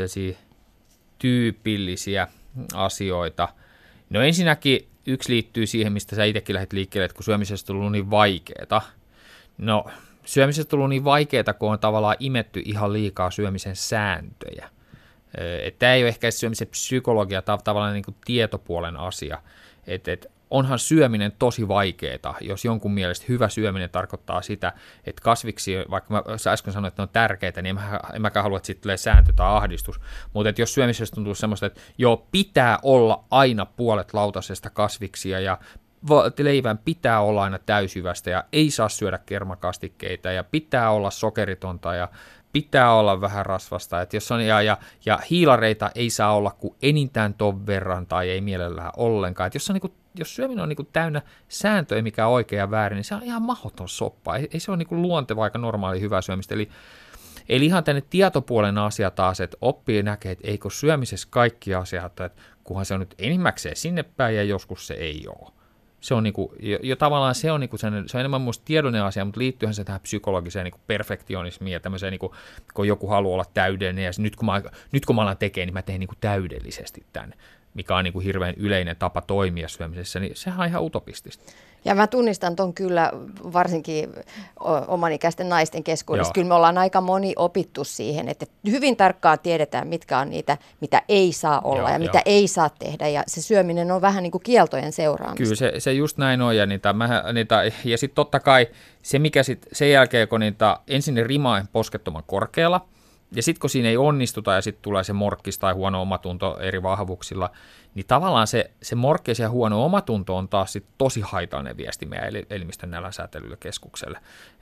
Speaker 5: tyypillisiä asioita. No ensinnäkin yksi liittyy siihen, mistä sä itsekin lähdit liikkeelle, että kun syömisestä on tullut niin vaikeaa. No syömisestä on tullut niin vaikeaa, kun on tavallaan imetty ihan liikaa syömisen sääntöjä. Tämä ei ole ehkä syömisen psykologia, tämä on tavallaan niin kuin tietopuolen asia. Onhan syöminen tosi vaikeaa, jos jonkun mielestä hyvä syöminen tarkoittaa sitä, että kasviksi, vaikka mä äsken sanoin, että ne on tärkeitä, niin en mäkään halua, että siitä tulee sääntö tai ahdistus. Mutta jos syömisestä tuntuu semmoista, että joo, pitää olla aina puolet lautasesta kasviksia ja leivän pitää olla aina täysjyvästä ja ei saa syödä kermakastikkeita ja pitää olla sokeritonta ja pitää olla vähän rasvasta, että jos on, ja hiilareita ei saa olla kuin enintään ton verran tai ei mielellään ollenkaan. Että jos syöminen on niin kuin täynnä sääntöjä, mikä on oikein ja väärin, niin se on ihan mahdoton soppa. Ei se ole niin kuin luonteva aika normaali hyvä syömistä. Eli ihan tänne tietopuolen asia taas, että oppii näkee, että eikö syömisessä kaikki asiat, että kunhan se on nyt enimmäkseen sinne päin ja joskus se ei ole. Se on niinku, jo tavallaan se on niinku se on enemmän muista tiedollinen asia, mutta liittyyhän se tähän psykologiseen niinku perfektionismiin ja tämmöiseen, niinku, kun joku haluaa olla täydellinen ja nyt kun mä alan tekemään, niin mä teen niinku täydellisesti tämän, mikä on niinku hirveän yleinen tapa toimia syömisessä, niin sehän on ihan utopistista.
Speaker 2: Ja mä tunnistan ton kyllä varsinkin omanikäisten naisten keskuudessa.
Speaker 5: Joo.
Speaker 2: Kyllä me ollaan aika moni opittu siihen, että hyvin tarkkaan tiedetään, mitkä on niitä, mitä ei saa olla ja mitä ei saa tehdä. Ja se syöminen on vähän niin kuin kieltojen seuraamista.
Speaker 5: Kyllä se just näin on. Ja sitten totta kai se, mikä sitten sen jälkeen, kun ensin ne rima on poskettoman korkealla, ja sitten kun siinä ei onnistuta ja sitten tulee se morkkis tai huono omatunto eri vahvuuksilla, niin tavallaan se morkkis ja huono omatunto on taas sit tosi haitallinen viesti meidän elimistön nälänsäätelylle keskukselle.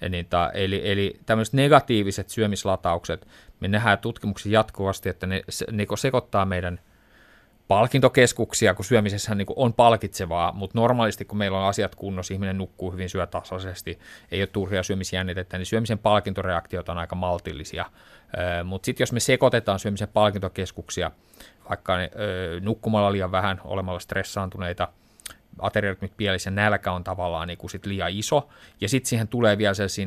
Speaker 5: Eli tämmöiset negatiiviset syömislataukset, me nähdään tutkimuksia jatkuvasti, että ne sekoittaa meidän palkintokeskuksia, kun syömisessä on palkitsevaa, mutta normaalisti kun meillä on asiat kunnossa, ihminen nukkuu hyvin, syö tasaisesti, ei ole turhia syömisjännitettä, niin syömisen palkintoreaktiot on aika maltillisia. Mutta sitten jos me sekoitetaan syömisen palkintokeskuksia, vaikka nukkumalla liian vähän, olemalla stressaantuneita, ateriarytmit pielissä, nälkä on tavallaan sit liian iso, ja sitten siihen tulee vielä sellaisia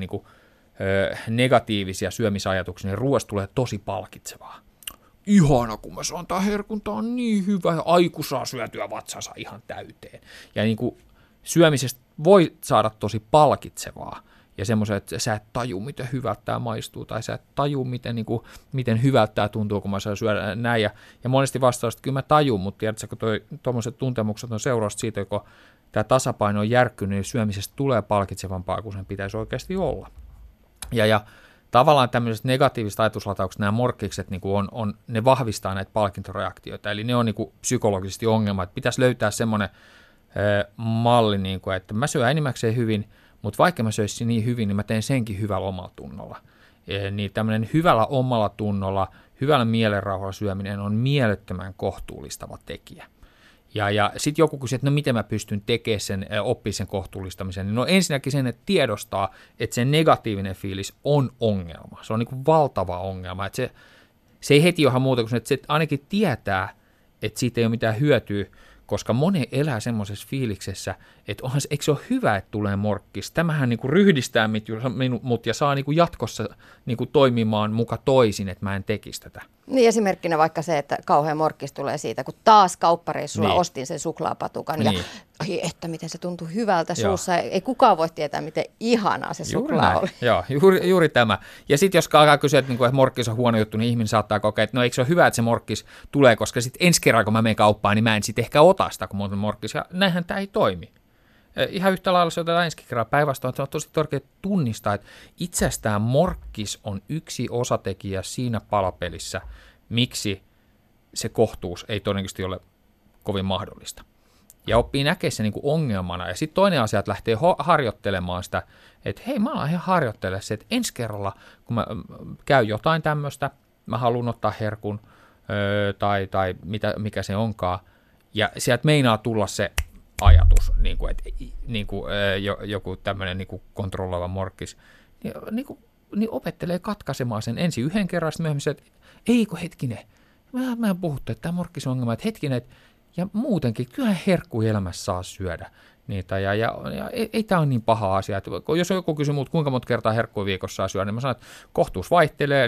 Speaker 5: negatiivisia syömisajatuksia, niin ruoasta tulee tosi palkitsevaa. Ihana, kun mä saan, tää herkunta on niin hyvä, ja aiku saa syötyä vatsansa ihan täyteen. Ja syömisestä voi saada tosi palkitsevaa, ja semmoisen, että sä et taju, miten hyvältä tämä maistuu, tai sä et taju, miten hyvältä tämä tuntuu, kun mä saan syödä näin. Ja monesti vastaus, että kyllä mä tajun, mutta tiedätkö, kun tuommoiset tuntemukset on seurausta siitä, kun tämä tasapaino on järkkynyt, niin syömisestä tulee palkitsevampaa kuin sen pitäisi oikeasti olla. Ja tavallaan tämmöiset negatiiviset ajatuslataukset, nämä morkkikset, ne vahvistaa näitä palkintoreaktioita, eli ne on psykologisesti ongelma, että pitäisi löytää semmoinen malli, että mä syön enimmäkseen hyvin, mutta vaikka mä söisin niin hyvin, niin mä teen senkin hyvällä omalla tunnolla. Niin tämmöinen hyvällä omalla tunnolla, hyvällä mielenrauhalla syöminen on mielettömän kohtuullistava tekijä. Ja sitten joku kysyy, että no miten mä pystyn tekemään sen, oppia sen kohtuullistamisen. No ensinnäkin sen, että tiedostaa, että se negatiivinen fiilis on ongelma. Se on valtava ongelma. Että se ei heti johda muuta kuin että se ainakin tietää, että siitä ei ole mitään hyötyä, koska moni elää semmoisessa fiiliksessä, että eikö se ole hyvä, että tulee morkkis. Tämähän ryhdistää mut ja saa jatkossa toimimaan muka toisin, että mä en tekisi tätä.
Speaker 2: Niin esimerkkinä vaikka se, että kauhean morkkis tulee siitä, kun taas kauppareissulla ostin sen suklaapatukan ja että miten se tuntuu hyvältä suussa. Ei kukaan voi tietää, miten ihanaa se suklaa oli.
Speaker 5: Joo, juuri tämä. Ja sitten jos alkaa kysyä, että morkkis on huono juttu, niin ihminen saattaa kokea, että no eikö se ole hyvä, että se morkkis tulee, koska sitten ensi kerran, kun mä menen kauppaan, niin mä en sitten ehkä ota sitä, kun muuten morkkis. Ja näinhän tämä ei toimi. Ihan yhtä lailla se otetaan ensi kerran päinvastoin, että se on tosi tärkeää tunnistaa, että itsestään morkkis on yksi osatekijä siinä palapelissä, miksi se kohtuus ei todennäköisesti ole kovin mahdollista. Ja oppii näkemään se ongelmana. Ja sitten toinen asia, että lähtee harjoittelemaan sitä, että hei, mä alan ihan harjoittelemaan se, että ensi kerralla, kun mä käyn jotain tämmöistä, mä haluan ottaa herkun, tai mikä se onkaan, ja sieltä meinaa tulla se ajatus, joku tämmöinen kontrolloiva morkkis, niin opettelee katkaisemaan sen ensin yhden kerran, sitten myöhemmin se, että eikö hetkinen, mä en puhuttu, että tämä morkkisongelma, että hetkinen, ja muutenkin, kyllähän herkkuja elämässä saa syödä niitä, ja ei tämä ole niin paha asia, että jos joku kysyy muut, kuinka monta kertaa herkkuja viikossa saa syödä, niin mä sanon, että kohtuus vaihtelee,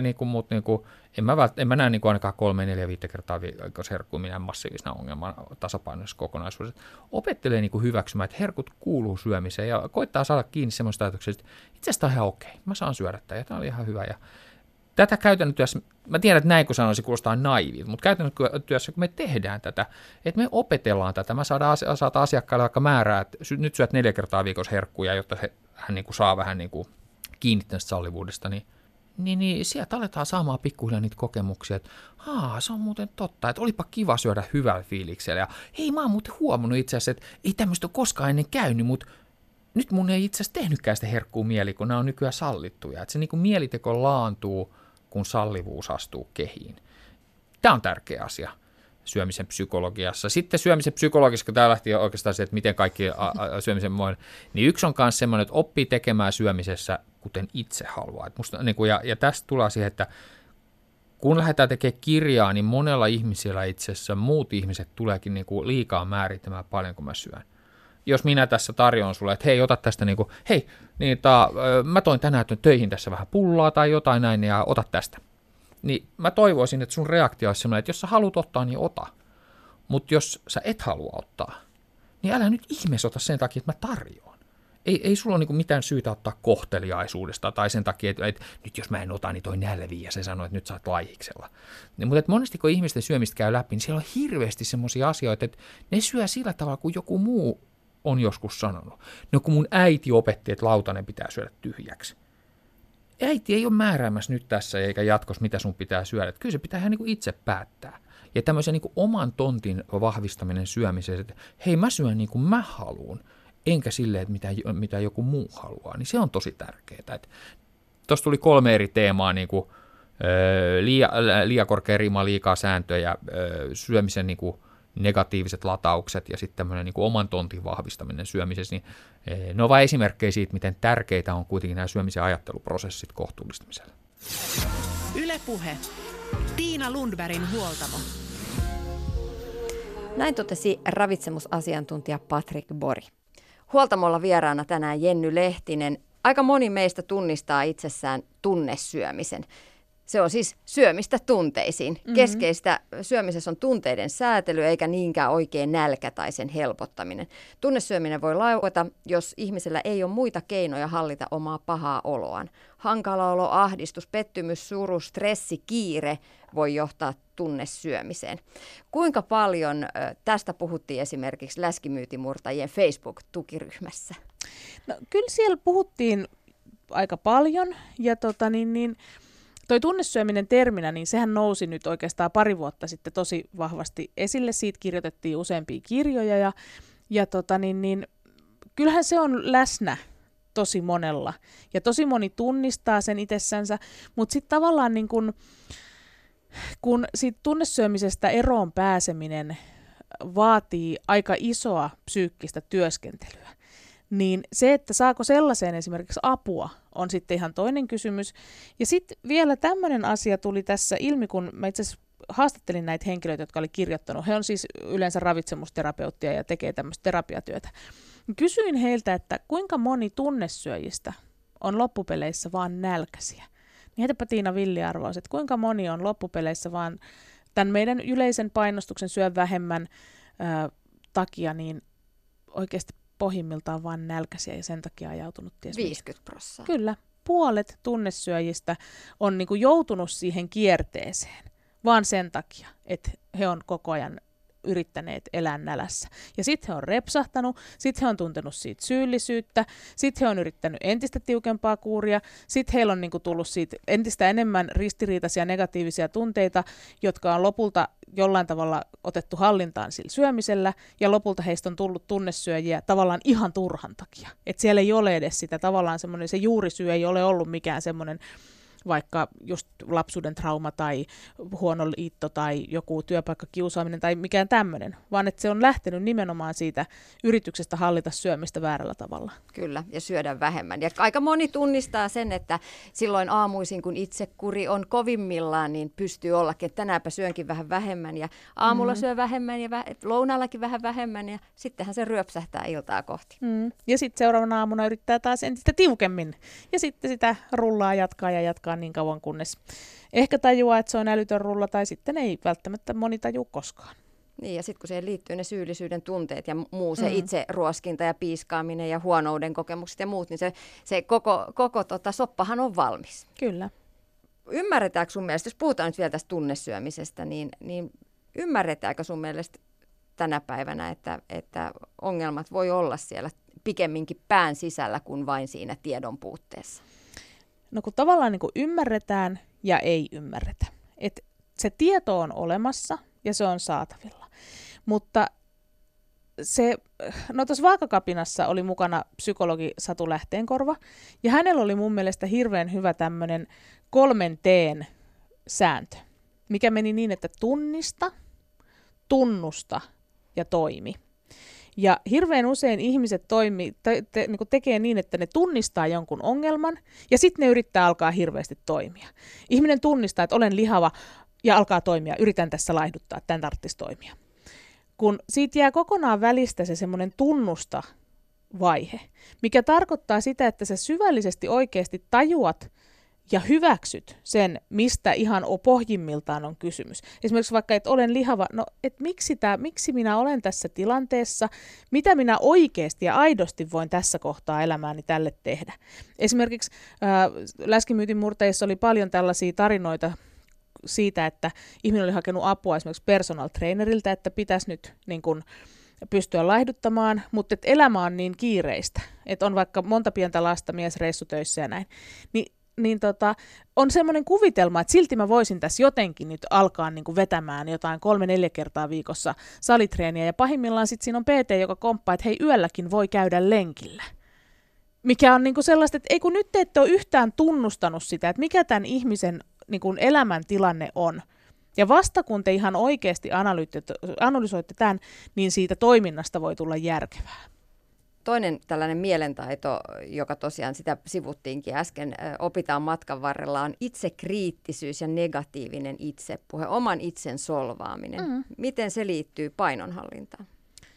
Speaker 5: en mä näe ainakaan 3, 4, 5 kertaa viikossa herkkuja minä massiivisena ongelmana tasapainoisessa kokonaisuudessa. Opettelee hyväksymään, että herkut kuuluu syömiseen, ja koittaa saada kiinni semmoista ajatuksesta, että itse asiassa tämä on ihan okei, mä saan syödä tämän, ja tämä oli ihan hyvä, ja tätä käytännön työssä, mä tiedän, että näin kun sanoisin, kuulostaa naivilta, mutta käytännön työssä, kun me tehdään tätä, että me opetellaan tätä, mä saadaan asiakkaalle vaikka määrää, että nyt syöt 4 kertaa viikossa herkkuja, jotta hän saa vähän kiinni tästä sallivuudesta, niin sieltä aletaan saamaan pikkuhiljaa niitä kokemuksia, että se on muuten totta, että olipa kiva syödä hyvällä fiiliksellä, ja hei, mä oon muuten huomannut itse asiassa, että ei tämmöistä ole koskaan ennen käynyt, mutta nyt mun ei itse asiassa tehnytkään sitä herkkuu mieli, kun nämä on nykyään sallittuja, että se mieliteko laantuu, kun sallivuus astuu kehiin. Tämä on tärkeä asia syömisen psykologiassa. Sitten syömisen psykologiassa, kun tämä lähti oikeastaan se, että miten kaikki syömisen voi, niin yksi on myös semmoinen, että oppii tekemään syömisessä, kuten itse haluaa. Ja tästä tulee siihen, että kun lähdetään tekemään kirjaa, niin monella ihmisellä itse asiassa muut ihmiset tuleekin liikaa määrittämään paljon, kun mä syön. Jos minä tässä tarjoan sulle, että hei, ota tästä mä toin tänään töihin tässä vähän pullaa tai jotain näin, ja ota tästä. Niin mä toivoisin, että sun reaktio olisi sellainen, että jos sä haluat ottaa, niin ota. Mutta jos sä et halua ottaa, niin älä nyt ihmeessä ota sen takia, että mä tarjoan. Ei sulla ole mitään syytä ottaa kohteliaisuudesta tai sen takia, että nyt jos mä en ota, niin toi nälvii ja se sanoo, että nyt sä oot laihiksella. Mutta monesti kun ihmisten syömistä käy läpi, niin siellä on hirveästi semmoisia asioita, että ne syö sillä tavalla, kuin joku muu on joskus sanonut. No kun mun äiti opetti, että lautanen pitää syödä tyhjäksi. Äiti ei ole määräämässä nyt tässä eikä jatkossa, mitä sun pitää syödä. Kyllä se pitää ihan itse päättää. Ja tämmöisen oman tontin vahvistaminen syömiseen, että hei, mä syön niin kuin mä haluun, enkä silleen, että mitä joku muu haluaa, niin se on tosi tärkeää. Tuossa tuli 3 eri teemaa, liian korkea rima, liikaa sääntöjä, syömisen negatiiviset lataukset ja sitten tämmöinen oman tontin vahvistaminen syömisessä, niin ne on vain esimerkkejä siitä, miten tärkeitä on kuitenkin nämä syömisen ajatteluprosessit kohtuullistamisella.
Speaker 1: Yle Puhe. Tiina Lundbergin huoltamo.
Speaker 2: Näin totesi ravitsemusasiantuntija Patrick Bori. Huoltamolla vieraana tänään Jenny Lehtinen. Aika moni meistä tunnistaa itsessään tunnesyömisen. Se on siis syömistä tunteisiin. Mm-hmm. Keskeistä syömisessä on tunteiden säätely eikä niinkään oikein nälkä tai sen helpottaminen. Tunnesyöminen voi laueta, jos ihmisellä ei ole muita keinoja hallita omaa pahaa oloaan. Hankala olo, ahdistus, pettymys, suru, stressi, kiire voi johtaa tunnesyömiseen. Kuinka paljon tästä puhuttiin esimerkiksi läskimyytimurtajien Facebook-tukiryhmässä?
Speaker 3: No, kyllä siellä puhuttiin aika paljon ja toi tunnesyöminen terminä, niin sehän nousi nyt oikeastaan 2 vuotta sitten tosi vahvasti esille. Siitä kirjoitettiin useampia kirjoja ja kyllähän se on läsnä tosi monella. Ja tosi moni tunnistaa sen itsessänsä, mutta sitten tavallaan kun siitä tunnesyömisestä eroon pääseminen vaatii aika isoa psyykkistä työskentelyä, niin se, että saako sellaiseen esimerkiksi apua, on sitten ihan toinen kysymys. Ja sitten vielä tämmöinen asia tuli tässä ilmi, kun mä itse asiassa haastattelin näitä henkilöitä, jotka oli kirjoittanut. He on siis yleensä ravitsemusterapeuttia ja tekee tämmöistä terapiatyötä. Kysyin heiltä, että kuinka moni tunnesyöjistä on loppupeleissä vaan nälkäisiä. Niin heitäpä Tiina villiarvaus, että kuinka moni on loppupeleissä vaan tämän meidän yleisen painostuksen syö vähemmän takia, niin oikeasti pohjimmiltaan vaan nälkäisiä ja sen takia ajautunut
Speaker 2: 50%.
Speaker 3: Kyllä, puolet tunnesyöjistä on joutunut siihen kierteeseen vaan sen takia, että he on koko ajan yrittäneet elää nälässä. Ja sitten he on repsahtanut, sitten he on tuntenut siitä syyllisyyttä, sitten he on yrittänyt entistä tiukempaa kuuria, sitten heillä on tullut siitä entistä enemmän ristiriitaisia negatiivisia tunteita, jotka on lopulta jollain tavalla otettu hallintaan sillä syömisellä, ja lopulta heistä on tullut tunnesyöjiä tavallaan ihan turhan takia. Että siellä ei ole edes sitä tavallaan semmoinen, se juurisyy ei ole ollut mikään semmoinen vaikka just lapsuuden trauma tai huono liitto tai joku työpaikkakiusaaminen tai mikään tämmöinen, vaan että se on lähtenyt nimenomaan siitä yrityksestä hallita syömistä väärällä tavalla.
Speaker 2: Kyllä, ja syödä vähemmän. Ja aika moni tunnistaa sen, että silloin aamuisin, kun itsekuri on kovimmillaan, niin pystyy ollakin, että tänäänpä syönkin vähän vähemmän ja aamulla syö vähemmän ja lounaallakin vähän vähemmän ja sittenhän se ryöpsähtää iltaa kohti.
Speaker 3: Ja sitten seuraavana aamuna yrittää taas entistä tiukemmin ja sitten sitä rullaa jatkaa niin kauan, kunnes ehkä tajuaa, että se on älytön rulla tai sitten ei välttämättä moni tajua koskaan.
Speaker 2: Niin, ja sitten kun siihen liittyy ne syyllisyyden tunteet ja muu se itse ruoskinta ja piiskaaminen ja huonouden kokemukset ja muut, niin se koko soppahan on valmis.
Speaker 3: Kyllä.
Speaker 2: Ymmärretäänkö sun mielestä, jos puhutaan nyt vielä tästä tunnesyömisestä, niin ymmärretäänkö sun mielestä tänä päivänä, että ongelmat voi olla siellä pikemminkin pään sisällä kuin vain siinä tiedon puutteessa?
Speaker 3: No kun tavallaan niin kuin ymmärretään ja ei ymmärretä. Et se tieto on olemassa ja se on saatavilla. Mutta tuossa Vaakakapinassa oli mukana psykologi Satu Lähteenkorva ja hänellä oli mun mielestä hirveän hyvä tämmöinen 3 T:n sääntö, mikä meni niin, että tunnista, tunnusta ja toimi. Ja hirveän usein ihmiset niin tekee niin, että ne tunnistaa jonkun ongelman ja sitten ne yrittää alkaa hirveästi toimia. Ihminen tunnistaa, että olen lihava ja alkaa toimia, yritän tässä laihduttaa, tämän tarvitsisi toimia. Kun siitä jää kokonaan välistä se semmoinen tunnusta vaihe, mikä tarkoittaa sitä, että sä syvällisesti oikeasti tajuat ja hyväksyt sen, mistä ihan pohjimmiltaan on kysymys. Esimerkiksi vaikka, että olen lihava, no et miksi minä olen tässä tilanteessa, mitä minä oikeasti ja aidosti voin tässä kohtaa elämääni tälle tehdä. Esimerkiksi läskimyytin murteissa oli paljon tällaisia tarinoita siitä, että ihminen oli hakenut apua esimerkiksi personal traineriltä, että pitäisi nyt niin kun pystyä laihduttamaan, mutta että elämä on niin kiireistä, että on vaikka monta pientä lasta, mies reissutöissä ja näin, niin on semmoinen kuvitelma, että silti mä voisin tässä jotenkin nyt alkaa niin kuin vetämään jotain 3-4 kertaa viikossa salitreeniä, ja pahimmillaan sitten siinä on PT, joka komppaa, että hei, yölläkin voi käydä lenkillä. Mikä on niin kuin sellaista, että ei kun nyt te ette ole yhtään tunnustanut sitä, että mikä tämän ihmisen niin kuin elämäntilanne on. Ja vasta kun te ihan oikeasti analysoitte tämän, niin siitä toiminnasta voi tulla järkevää.
Speaker 2: Toinen tällainen mielentaito, joka tosiaan sitä sivuttiinkin äsken, opitaan matkan varrella, on itsekriittisyys ja negatiivinen itsepuhe, oman itsen solvaaminen. Miten se liittyy painonhallintaan?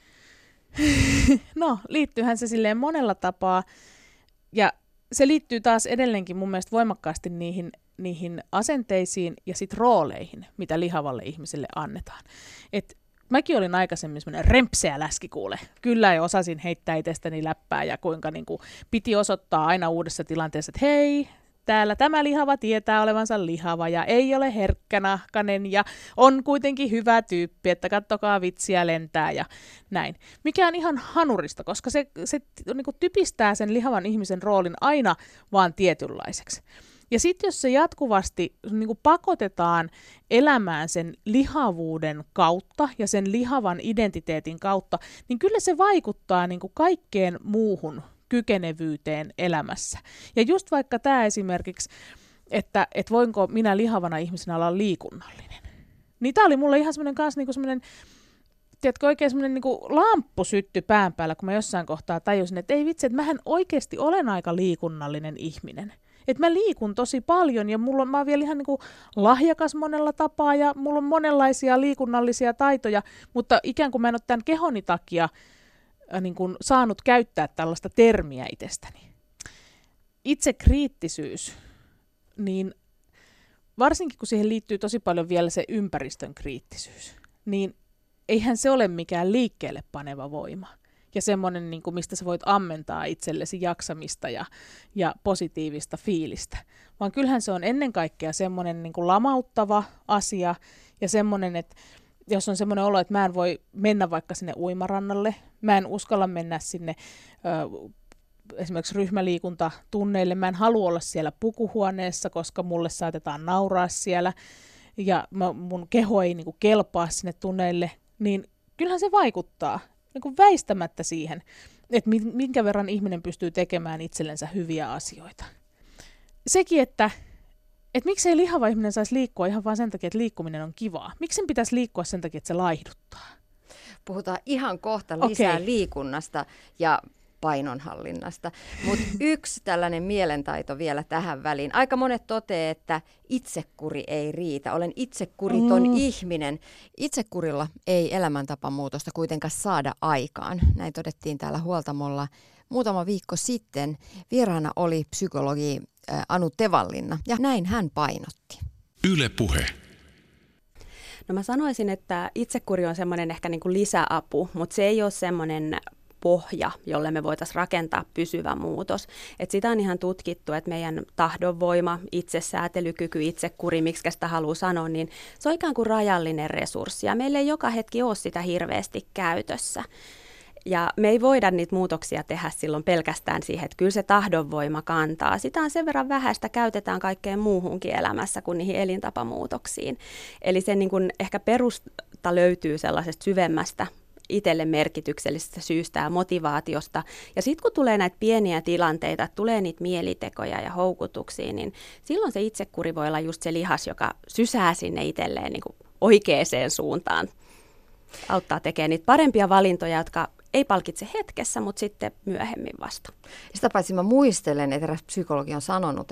Speaker 3: No, liittyyhän se silleen monella tapaa. Ja se liittyy taas edelleenkin mun mielestä voimakkaasti niihin asenteisiin ja sit rooleihin, mitä lihavalle ihmiselle annetaan. Mäkin olin aikaisemmin semmoinen rempseä läski, kuule. Kyllä, ja osasin heittää itsestäni läppää ja kuinka niin kuin piti osoittaa aina uudessa tilanteessa, että hei, täällä tämä lihava tietää olevansa lihava ja ei ole herkkänahkainen ja on kuitenkin hyvä tyyppi, että kattokaa vitsiä lentää ja näin. Mikä on ihan hanurista, koska se niin kuin typistää sen lihavan ihmisen roolin aina vaan tietynlaiseksi. Ja sitten jos se jatkuvasti niin kuin pakotetaan elämään sen lihavuuden kautta ja sen lihavan identiteetin kautta, niin kyllä se vaikuttaa niin kuin kaikkeen muuhun kykenevyyteen elämässä. Ja just vaikka tämä esimerkiksi, että voinko minä lihavana ihmisenä olla liikunnallinen. Niin tämä oli mulle ihan semmoinen kanssa niin semmoinen, tiedätkö, oikein semmoinen niin kuin lamppu syttyi pään päällä, kun mä jossain kohtaa tajusin, että ei vitsi, että mähän oikeasti olen aika liikunnallinen ihminen. Että mä liikun tosi paljon ja mä oon vielä ihan niin kuin lahjakas monella tapaa ja mulla on monenlaisia liikunnallisia taitoja, mutta ikään kuin mä en ole tämän kehoni takia niin kuin saanut käyttää tällaista termiä itsestäni. Itsekriittisyys, niin varsinkin kun siihen liittyy tosi paljon vielä se ympäristön kriittisyys, niin eihän se ole mikään liikkeelle paneva voima. Ja semmoinen, niin kuin mistä sä voit ammentaa itsellesi jaksamista ja positiivista fiilistä. Vaan kyllähän se on ennen kaikkea semmoinen niin kuin lamauttava asia ja semmoinen, että jos on semmoinen olo, että mä en voi mennä vaikka sinne uimarannalle, mä en uskalla mennä sinne esimerkiksi ryhmäliikuntatunneille, mä en halua olla siellä pukuhuoneessa, koska mulle saatetaan nauraa siellä ja mun keho ei niin kuin kelpaa sinne tunneille, niin kyllähän se vaikuttaa niin kuin väistämättä siihen, että minkä verran ihminen pystyy tekemään itsellensä hyviä asioita. Sekin, että että miksei lihava ihminen saisi liikkua ihan vaan sen takia, että liikkuminen on kivaa. Miksi sen pitäisi liikkua sen takia, että se laihduttaa?
Speaker 2: Puhutaan ihan kohta lisää liikunnasta ja painonhallinnasta. Mutta yksi tällainen mielentaito vielä tähän väliin. Aika monet toteaa, että itsekuri ei riitä. Olen itsekuriton ihminen. Itsekurilla ei elämäntapamuutosta kuitenkaan saada aikaan. Näin todettiin täällä Huoltamolla muutama viikko sitten. Vieraana oli psykologi Anu Tevallinna ja näin hän painotti.
Speaker 4: Yle Puhe.
Speaker 6: No mä sanoisin, että itsekuri on semmoinen ehkä niin kuin lisäapu, mutta se ei ole semmoinen pohja, jolle me voitaisiin rakentaa pysyvä muutos. Et sitä on ihan tutkittu, että meidän tahdonvoima, itsesäätelykyky, itsekuri, miksi sitä haluaa sanoa, niin se on ikään kuin rajallinen resurssi ja meillä ei joka hetki ole sitä hirveästi käytössä. Ja me ei voida niitä muutoksia tehdä silloin pelkästään siihen, että kyllä se tahdonvoima kantaa. Sitä on sen verran vähäistä, käytetään kaikkeen muuhunkin elämässä kuin niihin elintapamuutoksiin. Eli se niin kuin ehkä perusta löytyy sellaisesta syvemmästä itselle merkityksellisestä syystä ja motivaatiosta. Ja sitten kun tulee näitä pieniä tilanteita, tulee niitä mielitekoja ja houkutuksia, niin silloin se itsekuri voi olla just se lihas, joka sysää sinne itselleen niin kuin oikeaan suuntaan. Auttaa tekemään niitä parempia valintoja, jotka ei palkitse hetkessä, mutta sitten myöhemmin vasta.
Speaker 2: Sitä paitsi mä muistelen, että eräs psykologi on sanonut,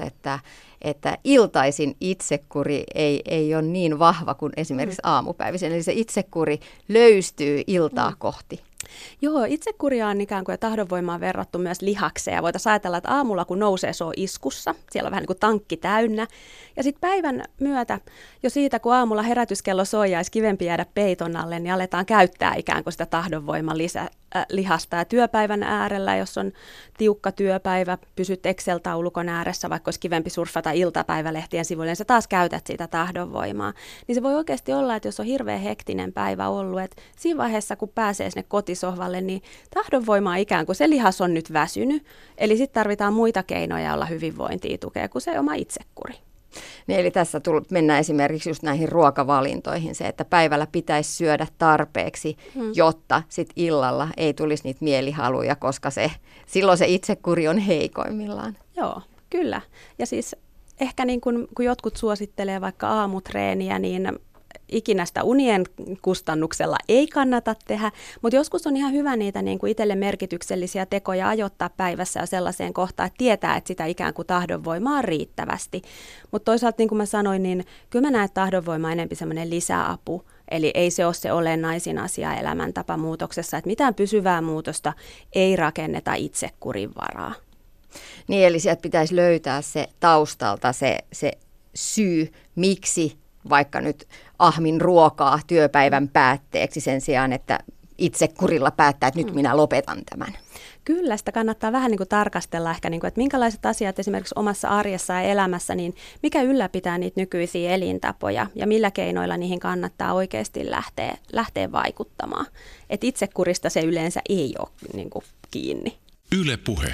Speaker 2: että iltaisin itsekuri ei ole niin vahva kuin esimerkiksi aamupäivisin. Eli se itsekuri löystyy iltaa kohti.
Speaker 6: Joo, itsekuria on ikään kuin ja tahdonvoimaan verrattu myös lihakseen. Ja voitaisiin ajatella, että aamulla kun nousee, se on iskussa. Siellä on vähän niin kuin tankki täynnä. Ja sitten päivän myötä, jo siitä kun aamulla herätyskello soi ja olisi kivempi jäädä peiton alle, niin aletaan käyttää ikään kuin sitä tahdonvoiman lihasta. Ja työpäivän äärellä, jos on tiukka työpäivä, pysyt Excel-taulukon ääressä, vaikka olisi kivempi surffata iltapäivälehtien sivuille, niin sä taas käytät sitä tahdonvoimaa. Niin se voi oikeasti olla, että jos on hirveän hektinen päivä ollut, että siinä vaiheessa, kun pääsee sinne kotisohvalle, niin tahdonvoimaa ikään kuin se lihas on nyt väsynyt. Eli sitten tarvitaan muita keinoja, joilla hyvinvointia tukee kuin se oma itsekuri.
Speaker 2: Niin, eli tässä mennään esimerkiksi just näihin ruokavalintoihin, se, että päivällä pitäisi syödä tarpeeksi, jotta sit illalla ei tulisi niitä mielihaluja, koska silloin se itsekuri on heikoimmillaan.
Speaker 6: Joo, kyllä. Ja siis ehkä niin kun jotkut suosittelee vaikka aamutreeniä, niin ikinä sitä unien kustannuksella ei kannata tehdä, mutta joskus on ihan hyvä niitä niin kuin itselle merkityksellisiä tekoja ajoittaa päivässä ja sellaiseen kohtaan, että tietää, että sitä ikään kuin tahdonvoimaa on riittävästi. Mutta toisaalta, niin kuin mä sanoin, niin kyllä mä näen, että tahdonvoima on enemmän semmoinen lisäapu, eli ei se ole se olennaisin asia elämäntapamuutoksessa, että mitään pysyvää muutosta ei rakenneta itsekurin varaa.
Speaker 2: Niin, eli sieltä pitäisi löytää se taustalta se syy, miksi vaikka nyt ahmin ruokaa työpäivän päätteeksi sen sijaan, että itsekurilla päättää, että nyt minä lopetan tämän.
Speaker 6: Kyllä, sitä kannattaa vähän niin kuin tarkastella ehkä, niin kuin, että minkälaiset asiat esimerkiksi omassa arjessa ja elämässä, niin mikä ylläpitää niitä nykyisiä elintapoja ja millä keinoilla niihin kannattaa oikeasti lähteä vaikuttamaan. Että itsekurista se yleensä ei ole niin kuin kiinni.
Speaker 4: Yle Puhe.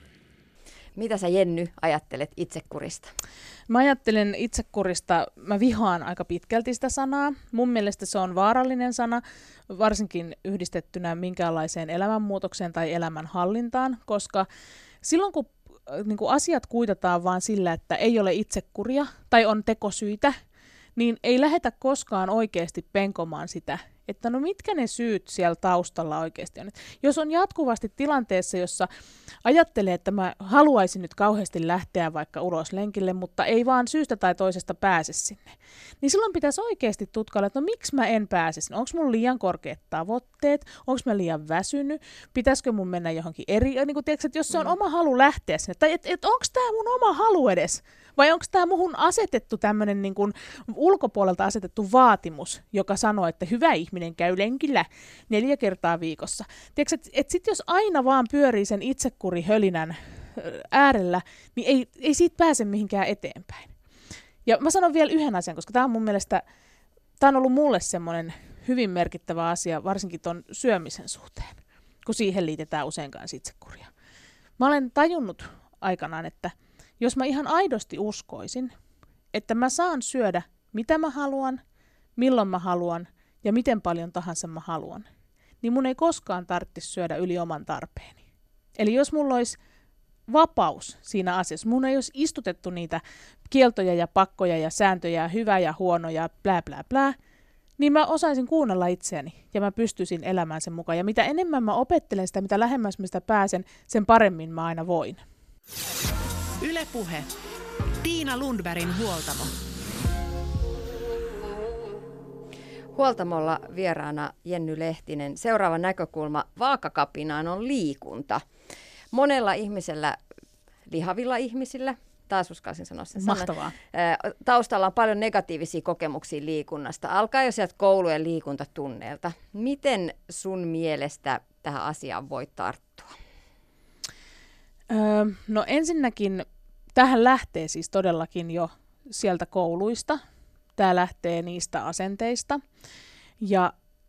Speaker 2: Mitä sä, Jenny, ajattelet itsekurista?
Speaker 3: Mä ajattelen itsekurista, mä vihaan aika pitkälti sitä sanaa. Mun mielestä se on vaarallinen sana, varsinkin yhdistettynä minkäänlaiseen elämänmuutokseen tai elämänhallintaan, koska silloin kun niin kun asiat kuitataan vaan sillä, että ei ole itsekuria tai on tekosyitä, niin ei lähdetä koskaan oikeasti penkomaan sitä, että no mitkä ne syyt siellä taustalla oikeasti on. Jos on jatkuvasti tilanteessa, jossa ajattelee, että mä haluaisin nyt kauheasti lähteä vaikka ulos lenkille, mutta ei vaan syystä tai toisesta pääse sinne, niin silloin pitäisi oikeasti tutkailla, että no miksi mä en pääse sinne. Onko mun liian korkeat tavoitteet? Onko mä liian väsynyt? Pitäisikö mun mennä johonkin eri? Niin kuin tiedätkö, että jos se on oma halu lähteä sinne, tai onko tämä mun oma halu edes? Vai onko tämä muhun asetettu tämmöinen niin kuin ulkopuolelta asetettu vaatimus, joka sanoo, että hyvä ihminen käy lenkillä 4 kertaa viikossa. Tiedätkö, että sitten jos aina vaan pyörii sen itsekurihölinän äärellä, niin ei siitä pääse mihinkään eteenpäin. Ja mä sanon vielä yhden asian, koska tämä on mun mielestä, tämä on ollut mulle semmoinen hyvin merkittävä asia, varsinkin ton syömisen suhteen, kun siihen liitetään usein kanssa itsekuria. Mä olen tajunnut aikanaan, että jos mä ihan aidosti uskoisin, että mä saan syödä mitä mä haluan, milloin mä haluan ja miten paljon tahansa mä haluan, niin mun ei koskaan tarvitsisi syödä yli oman tarpeeni. Eli jos mulla olisi vapaus siinä asiassa. Mun ei olisi istutettu niitä kieltoja ja pakkoja ja sääntöjä, hyvä ja huono ja blää blää blää, niin mä osaisin kuunnella itseäni ja mä pystyisin elämään sen mukaan. Ja mitä enemmän mä opettelen sitä, mitä lähemmäs mä sitä pääsen, sen paremmin mä aina voin.
Speaker 1: Yle Puhe. Tiina Lundbergin huoltamo.
Speaker 2: Huoltamolla vieraana Jenny Lehtinen. Seuraava näkökulma vaakakapinaan on liikunta. Monella ihmisellä, lihavilla ihmisillä, taas uskalsin sanoa sen
Speaker 3: Mahtavaa.
Speaker 2: taustalla on paljon negatiivisia kokemuksia liikunnasta. Alkaa jo sieltä koulujen liikuntatunneilta. Miten sun mielestä tähän asiaan voi tarttua?
Speaker 3: No ensinnäkin tähän lähtee siis todellakin jo sieltä kouluista. Tämä lähtee niistä asenteista. Ja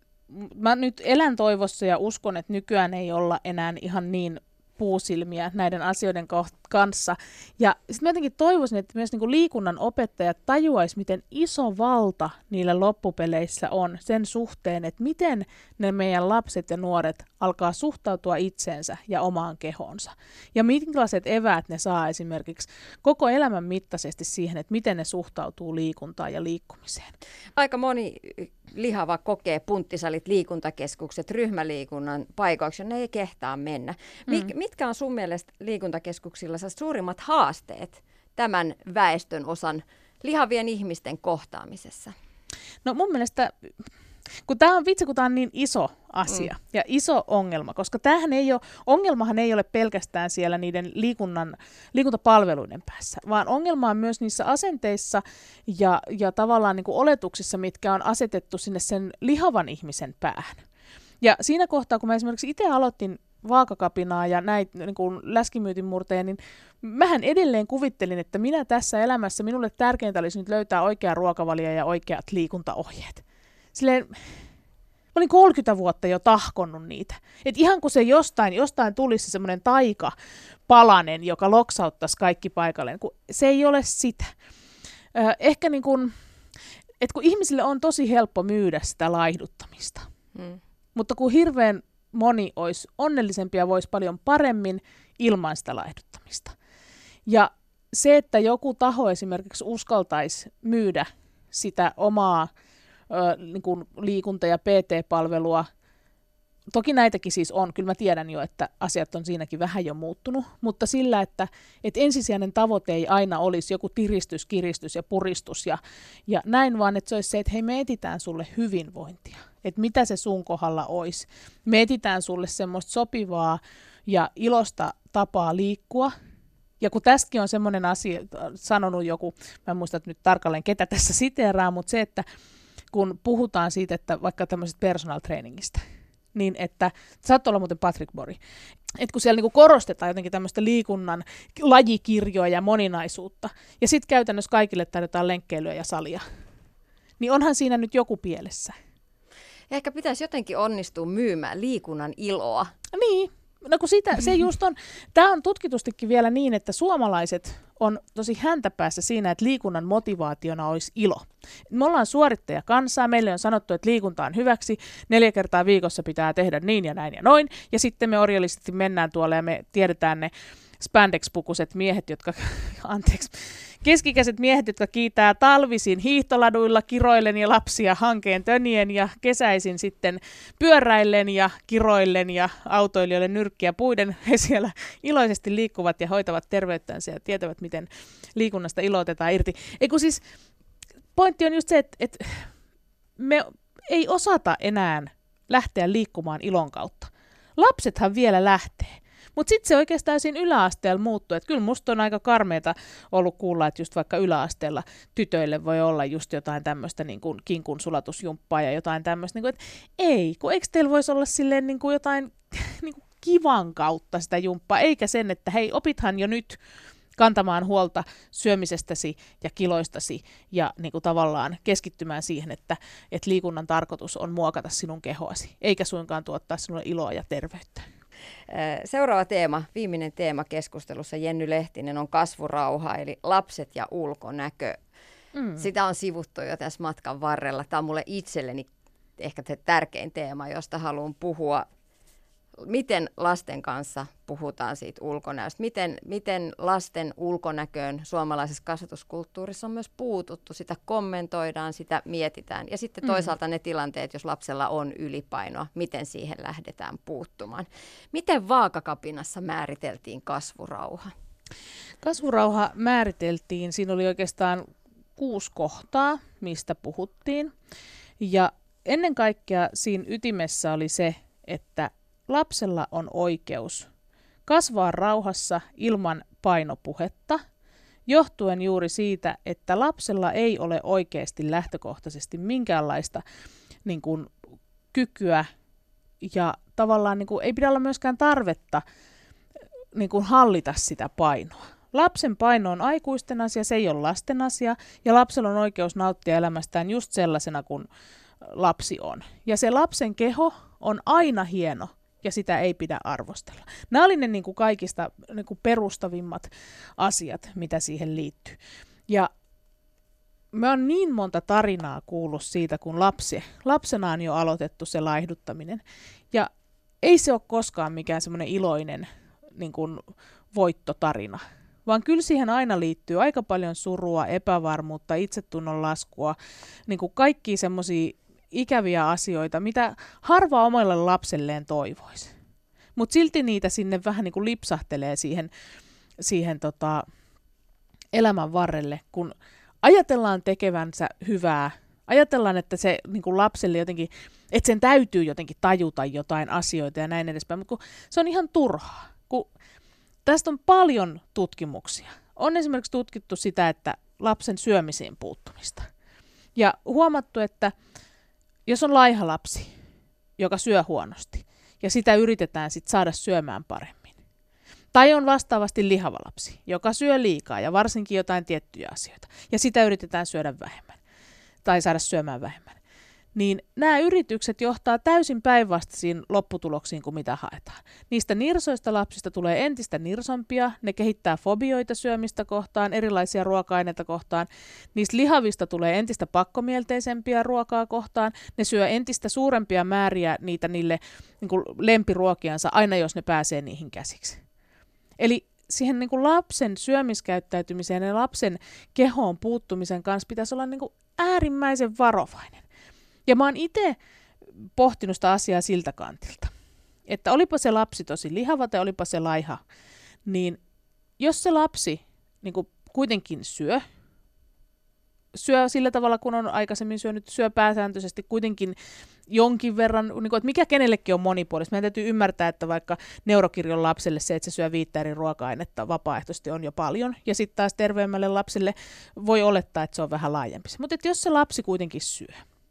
Speaker 3: mä nyt elän toivossa ja uskon, että nykyään ei olla enää ihan niin puusilmiä näiden asioiden kanssa. Ja sitten mä jotenkin toivoisin, että myös niinku liikunnan opettajat tajuaisi, miten iso valta niillä loppupeleissä on sen suhteen, että miten ne meidän lapset ja nuoret alkaa suhtautua itseensä ja omaan kehonsa. Ja minkälaiset eväät ne saa esimerkiksi koko elämän mittaisesti siihen, että miten ne suhtautuu liikuntaan ja liikkumiseen.
Speaker 2: Aika moni lihava kokee punttisalit, liikuntakeskukset, ryhmäliikunnan paikoiksi, ne ei kehtaa mennä. Mitkä on sun mielestä liikuntakeskuksilla suurimmat haasteet tämän väestön osan lihavien ihmisten kohtaamisessa?
Speaker 3: No mun mielestä, kun tämä on niin iso asia ja iso ongelma, koska ongelmahan ei ole pelkästään siellä niiden liikuntapalveluiden päässä, vaan ongelma on myös niissä asenteissa ja tavallaan niin kuin oletuksissa, mitkä on asetettu sinne sen lihavan ihmisen päähän. Ja siinä kohtaa, kun mä esimerkiksi itse aloitin vaakakapinaa ja näitä niin kuin läskimyytin murteja, niin mähän edelleen kuvittelin, että minä tässä elämässä, minulle tärkeintä olisi nyt löytää oikea ruokavalio ja oikeat liikuntaohjeet. Silleen, mä olin 30 vuotta jo tahkonnut niitä. Et ihan kun se jostain tulisi semmoinen taikapalanen, joka loksauttaisi kaikki paikalleen, kun se ei ole sitä. Ehkä niin kuin, että kun ihmisille on tosi helppo myydä sitä laihduttamista, mutta kun hirveän moni olisi onnellisempi ja voisi paljon paremmin ilman sitä laihduttamista. Ja se, että joku taho esimerkiksi uskaltaisi myydä sitä omaa niin kuin liikunta- ja PT-palvelua, toki näitäkin siis on, kyllä mä tiedän jo, että asiat on siinäkin vähän jo muuttunut, mutta sillä, että ensisijainen tavoite ei aina olisi joku tiristys, kiristys ja puristus ja näin, vaan että se olisi se, että hei, me etsitään sulle hyvinvointia, että mitä se sun kohdalla olisi. Me etsitään sulle semmoista sopivaa ja ilosta tapaa liikkua, ja kun tässäkin on semmoinen asia, sanonut joku, mä en muista nyt tarkalleen ketä tässä siteeraa, mutta se, että kun puhutaan siitä, että vaikka tämmöisestä personal trainingista, niin että, saattaa olla muuten Patrick Mori, että kun siellä niinku korostetaan jotenkin tämmöistä liikunnan lajikirjoa ja moninaisuutta, ja sitten käytännössä kaikille tarjotaan lenkkeilyä ja salia, niin onhan siinä nyt joku pielessä.
Speaker 2: Ehkä pitäisi jotenkin onnistua myymään liikunnan iloa.
Speaker 3: Niin, no kun se just on, tämä on tutkitustikin vielä niin, että suomalaiset on tosi häntäpäässä siinä, että liikunnan motivaationa olisi ilo. Me ollaan suorittajakansaa, meille on sanottu, että liikunta on hyväksi, 4 kertaa viikossa pitää tehdä niin ja näin ja noin, ja sitten me orjallisesti mennään tuolle ja me tiedetään ne spandex-pukuiset miehet, keskikäiset miehet, jotka kiitää talvisin hiihtoladuilla kiroillen ja lapsia hankeen tönien ja kesäisin sitten pyöräillen ja kiroillen ja autoilijoille nyrkkiä puiden. He siellä iloisesti liikkuvat ja hoitavat terveyttänsä ja tietävät, miten liikunnasta ilotetaan irti. Eikö siis pointti on just se, että me ei osata enää lähteä liikkumaan ilon kautta. Lapsethan vielä lähtee. Mutta sitten se oikeastaan siinä yläasteella muuttuu. Että kyllä musta on aika karmeeta ollut kuulla, että just vaikka yläasteella tytöille voi olla just jotain tämmöistä niin kuin kinkun sulatusjumppaa ja jotain tämmöistä. Niin kuin, että eikö teillä voisi olla silleen niin kuin jotain niin kuin kivan kautta sitä jumppaa, eikä sen, että hei, opithan jo nyt kantamaan huolta syömisestäsi ja kiloistasi ja niin kuin tavallaan keskittymään siihen, että liikunnan tarkoitus on muokata sinun kehoasi, eikä suinkaan tuottaa sinulle iloa ja terveyttä.
Speaker 2: Seuraava teema, viimeinen teema keskustelussa, Jenny Lehtinen, on kasvurauha, eli lapset ja ulkonäkö. Sitä on sivuttu jo tässä matkan varrella. Tämä on mulle itselleni ehkä se tärkein teema, josta haluan puhua. miten lasten kanssa puhutaan siitä ulkonäöstä, miten lasten ulkonäköön suomalaisessa kasvatuskulttuurissa on myös puututtu, sitä kommentoidaan, sitä mietitään. Ja sitten toisaalta ne tilanteet, jos lapsella on ylipainoa, miten siihen lähdetään puuttumaan. Miten vaakakapinassa määriteltiin kasvurauha?
Speaker 3: Kasvurauha määriteltiin, siinä oli oikeastaan 6 kohtaa, mistä puhuttiin. Ja ennen kaikkea siinä ytimessä oli se, että lapsella on oikeus kasvaa rauhassa ilman painopuhetta, johtuen juuri siitä, että lapsella ei ole oikeasti lähtökohtaisesti minkäänlaista niin kuin, kykyä ja tavallaan niin kuin, ei pidä olla myöskään tarvetta niin kuin, hallita sitä painoa. Lapsen paino on aikuisten asia, se ei ole lasten asia, ja lapsella on oikeus nauttia elämästään just sellaisena kuin lapsi on. Ja se lapsen keho on aina hieno, ja sitä ei pidä arvostella. Nämä oli ne niin kuin kaikista niin kuin perustavimmat asiat, mitä siihen liittyy. Ja mä oon niin monta tarinaa kuullut siitä, kun lapsena on jo aloitettu se laihduttaminen. Ja ei se ole koskaan mikään semmoinen iloinen niin kuin voittotarina, vaan kyllä siihen aina liittyy aika paljon surua, epävarmuutta, itsetunnon laskua, niin kuin kaikkia semmoisia ikäviä asioita, mitä harva omalle lapselleen toivoisi. Mutta silti niitä sinne vähän niin kuin lipsahtelee siihen elämän varrelle, kun ajatellaan tekevänsä hyvää, ajatellaan, että se niin kuin lapselle jotenkin, että sen täytyy jotenkin tajuta jotain asioita ja näin edespäin, mutta se on ihan turhaa. Tästä on paljon tutkimuksia. On esimerkiksi tutkittu sitä, että lapsen syömiseen puuttumista. Ja huomattu, että jos on laiha lapsi, joka syö huonosti, ja sitä yritetään sitten saada syömään paremmin. Tai on vastaavasti lihava lapsi, joka syö liikaa ja varsinkin jotain tiettyjä asioita, ja sitä yritetään syödä vähemmän, tai saada syömään vähemmän. Niin nämä yritykset johtaa täysin päinvastaisiin lopputuloksiin kuin mitä haetaan. Niistä nirsoista lapsista tulee entistä nirsompia, ne kehittää fobioita syömistä kohtaan, erilaisia ruoka-aineita kohtaan. Niistä lihavista tulee entistä pakkomielteisempiä ruokaa kohtaan, ne syö entistä suurempia määriä niille niin kuin lempiruokiansa aina, jos ne pääsee niihin käsiksi. Eli siihen niin kuin lapsen syömiskäyttäytymiseen ja lapsen kehoon puuttumisen kanssa pitäisi olla niin kuin äärimmäisen varovainen. Ja mä oon itse pohtinut sitä asiaa siltä kantilta, että olipa se lapsi tosi lihava tai olipa se laiha, niin jos se lapsi niin kuin kuitenkin syö sillä tavalla, kun on aikaisemmin syönyt, syö pääsääntöisesti kuitenkin jonkin verran, niin kuin, että mikä kenellekin on monipuolista. Meidän täytyy ymmärtää, että vaikka neurokirjon lapselle se, että se syö 5 eri ruoka-ainetta vapaaehtoisesti on jo paljon, ja sitten taas terveemmälle lapselle voi olettaa, että se on vähän laajempi. Mutta jos se lapsi kuitenkin syö,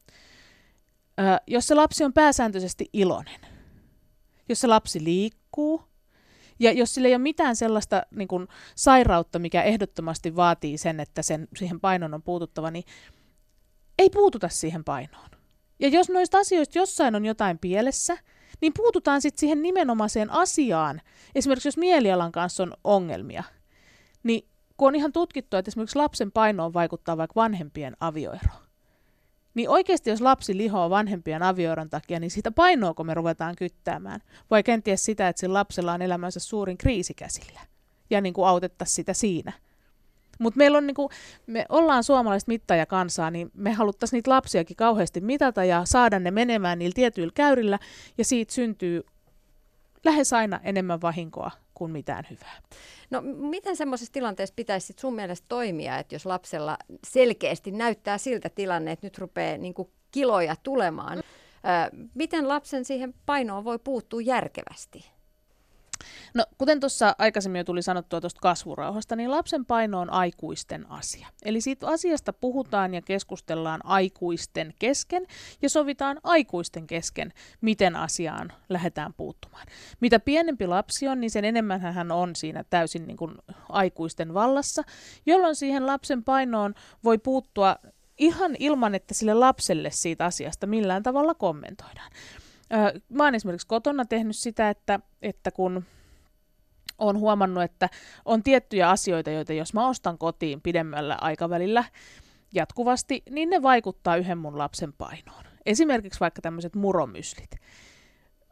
Speaker 3: jos se lapsi on pääsääntöisesti iloinen, jos se lapsi liikkuu, ja jos sillä ei ole mitään sellaista niin kuin sairautta, mikä ehdottomasti vaatii sen, että siihen painoon on puututtava, niin ei puututa siihen painoon. Ja jos noista asioista jossain on jotain pielessä, niin puututaan sitten siihen nimenomaiseen asiaan. Esimerkiksi jos mielialan kanssa on ongelmia, niin kun on ihan tutkittu, että esimerkiksi lapsen painoon vaikuttaa vaikka vanhempien avioero, niin oikeasti jos lapsi lihoaa vanhempien avioeron takia, niin sitä painoako me ruvetaan kyttäämään? Vai kenties sitä, että sillä lapsella on elämänsä suurin kriisi käsillä ja niin kuin autettaisiin sitä siinä. Mutta meillä on me ollaan suomalaiset mittaajakansaa, niin me haluttaisiin niitä lapsiakin kauheasti mitata ja saada ne menemään niillä tietyillä käyrillä, ja siitä syntyy lähes aina enemmän vahinkoa kuin mitään hyvää.
Speaker 2: No miten semmoisessa tilanteessa pitäisi sit sun mielestä toimia, että jos lapsella selkeästi näyttää siltä tilanne, että nyt rupeaa niinku kiloja tulemaan, miten lapsen siihen painoon voi puuttua järkevästi?
Speaker 3: No, kuten tuossa aikaisemmin jo tuli sanottua tuosta kasvurauhasta, niin lapsen paino on aikuisten asia. Eli siitä asiasta puhutaan ja keskustellaan aikuisten kesken ja sovitaan aikuisten kesken, miten asiaan lähdetään puuttumaan. Mitä pienempi lapsi on, niin sen enemmän hän on siinä täysin niin kuin aikuisten vallassa, jolloin siihen lapsen painoon voi puuttua ihan ilman, että sille lapselle siitä asiasta millään tavalla kommentoidaan. Mä oon esimerkiksi kotona tehnyt sitä, että kun olen huomannut, että on tiettyjä asioita, joita jos mä ostan kotiin pidemmällä aikavälillä jatkuvasti, niin ne vaikuttaa yhden mun lapsen painoon. Esimerkiksi vaikka tämmöiset muromyslit.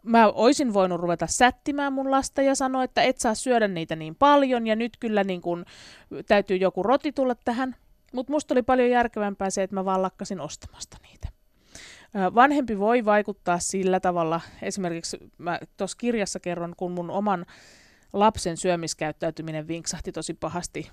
Speaker 3: mä oisin voinut ruveta sättimään mun lasta ja sanoa, että et saa syödä niitä niin paljon ja nyt kyllä niin kun täytyy joku roti tulla tähän. Mutta musta oli paljon järkevämpää se, että mä vaan lakkasin ostamasta niitä. Vanhempi voi vaikuttaa sillä tavalla, esimerkiksi mä tuossa kirjassa kerron, kun mun oman lapsen syömiskäyttäytyminen vinksahti tosi pahasti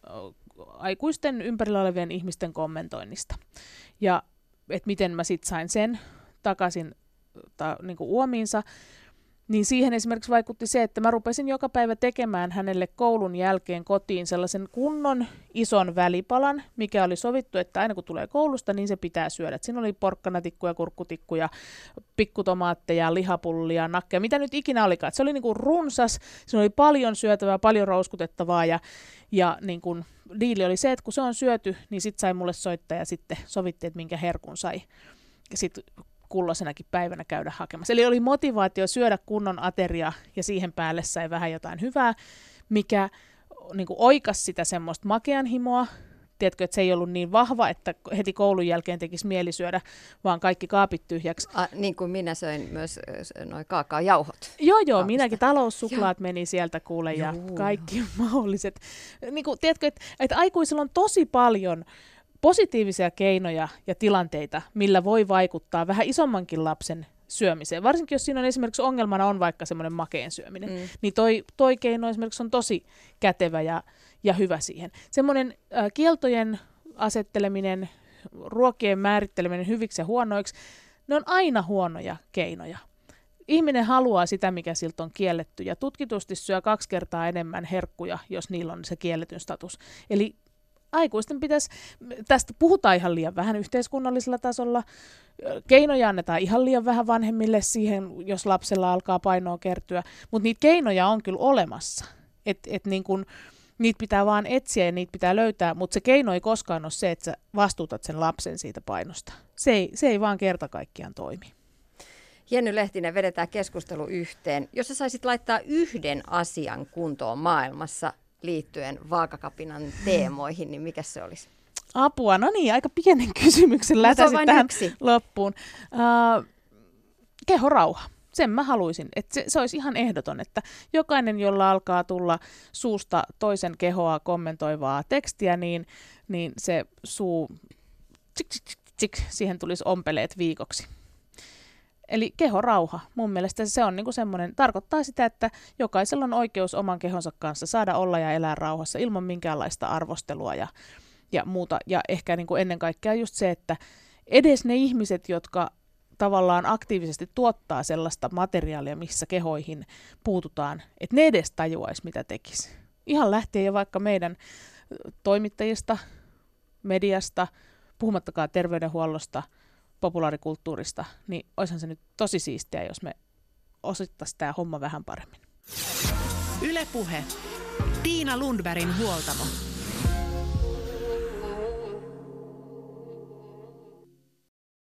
Speaker 3: aikuisten ympärillä olevien ihmisten kommentoinnista. Ja että miten mä sitten sain sen takaisin niin kuin uomiinsa, niin siihen esimerkiksi vaikutti se, että mä rupesin joka päivä tekemään hänelle koulun jälkeen kotiin sellaisen kunnon ison välipalan, mikä oli sovittu, että aina kun tulee koulusta, niin se pitää syödä. Et siinä oli porkkanatikkuja, kurkkutikkuja, pikkutomaatteja, lihapullia, nakkeja, mitä nyt ikinä olikaan. Et se oli niin kuin runsas, siinä oli paljon syötävää, paljon rouskutettavaa ja niin kuin diili oli se, että kun se on syöty, niin sitten sai mulle soittaa ja sitten sovittiin, että minkä herkun sai. Sitten kulloisenakin päivänä käydä hakemassa. Eli oli motivaatio syödä kunnon ateria ja siihen päälle sai vähän jotain hyvää, mikä niin kuin oikasi sitä semmoista makean himoa. Tiedätkö, että se ei ollut niin vahva, että heti koulun jälkeen tekisi mieli syödä, vaan kaikki kaapit tyhjäksi.
Speaker 2: Niin kuin minä söin myös noi kaakaojauhot.
Speaker 3: Joo, minäkin taloussuklaat meni sieltä kuule ja kaikki mahdolliset. Niin kuin, tiedätkö, että aikuisilla on tosi paljon positiivisia keinoja ja tilanteita, millä voi vaikuttaa vähän isommankin lapsen syömiseen. Varsinkin jos siinä on esimerkiksi ongelmana on vaikka semmoinen makeen syöminen, niin toi keino esimerkiksi on tosi kätevä ja hyvä siihen. Semmoinen kieltojen asetteleminen, ruokien määritteleminen hyviksi ja huonoiksi, ne on aina huonoja keinoja. Ihminen haluaa sitä, mikä siltä on kielletty, ja tutkitusti syö 2 kertaa enemmän herkkuja, jos niillä on se kielletyn status. Eli aikuisten pitäisi, tästä puhutaan ihan liian vähän yhteiskunnallisella tasolla, keinoja annetaan ihan liian vähän vanhemmille siihen, jos lapsella alkaa painoa kertyä, mutta niitä keinoja on kyllä olemassa, että niin kun, niitä pitää vaan etsiä ja niitä pitää löytää, mutta se keino ei koskaan ole se, että sä vastuutat sen lapsen siitä painosta. Se ei vaan kerta kaikkiaan toimi.
Speaker 2: Jenny Lehtinen, vedetään keskustelu yhteen. Jos sä saisit laittaa yhden asian kuntoon maailmassa liittyen vaakakapinan teemoihin, niin mikä se olisi?
Speaker 3: Apua, no niin, aika pienen kysymyksen lätäisit tähän loppuun. Kehorauha. Sen mä haluaisin, että se olisi ihan ehdoton, että jokainen, jolla alkaa tulla suusta toisen kehoa kommentoivaa tekstiä, niin se suu, siihen tulisi ompeleet viikoksi. Eli kehorauha. Mun mielestä se on niinku semmoinen, tarkoittaa sitä, että jokaisella on oikeus oman kehonsa kanssa saada olla ja elää rauhassa ilman minkäänlaista arvostelua ja muuta. Ja ehkä niinku ennen kaikkea just se, että edes ne ihmiset, jotka tavallaan aktiivisesti tuottaa sellaista materiaalia, missä kehoihin puututaan, että ne edes tajuaisi, mitä tekisi. Ihan lähtien jo vaikka meidän toimittajista, mediasta, puhumattakaan terveydenhuollosta, populaarikulttuurista, niin olisihan se nyt tosi siistiä, jos me osittaisiin tämä homma vähän paremmin.
Speaker 1: Yle Puhe. Tiina Lundbergin huoltamo.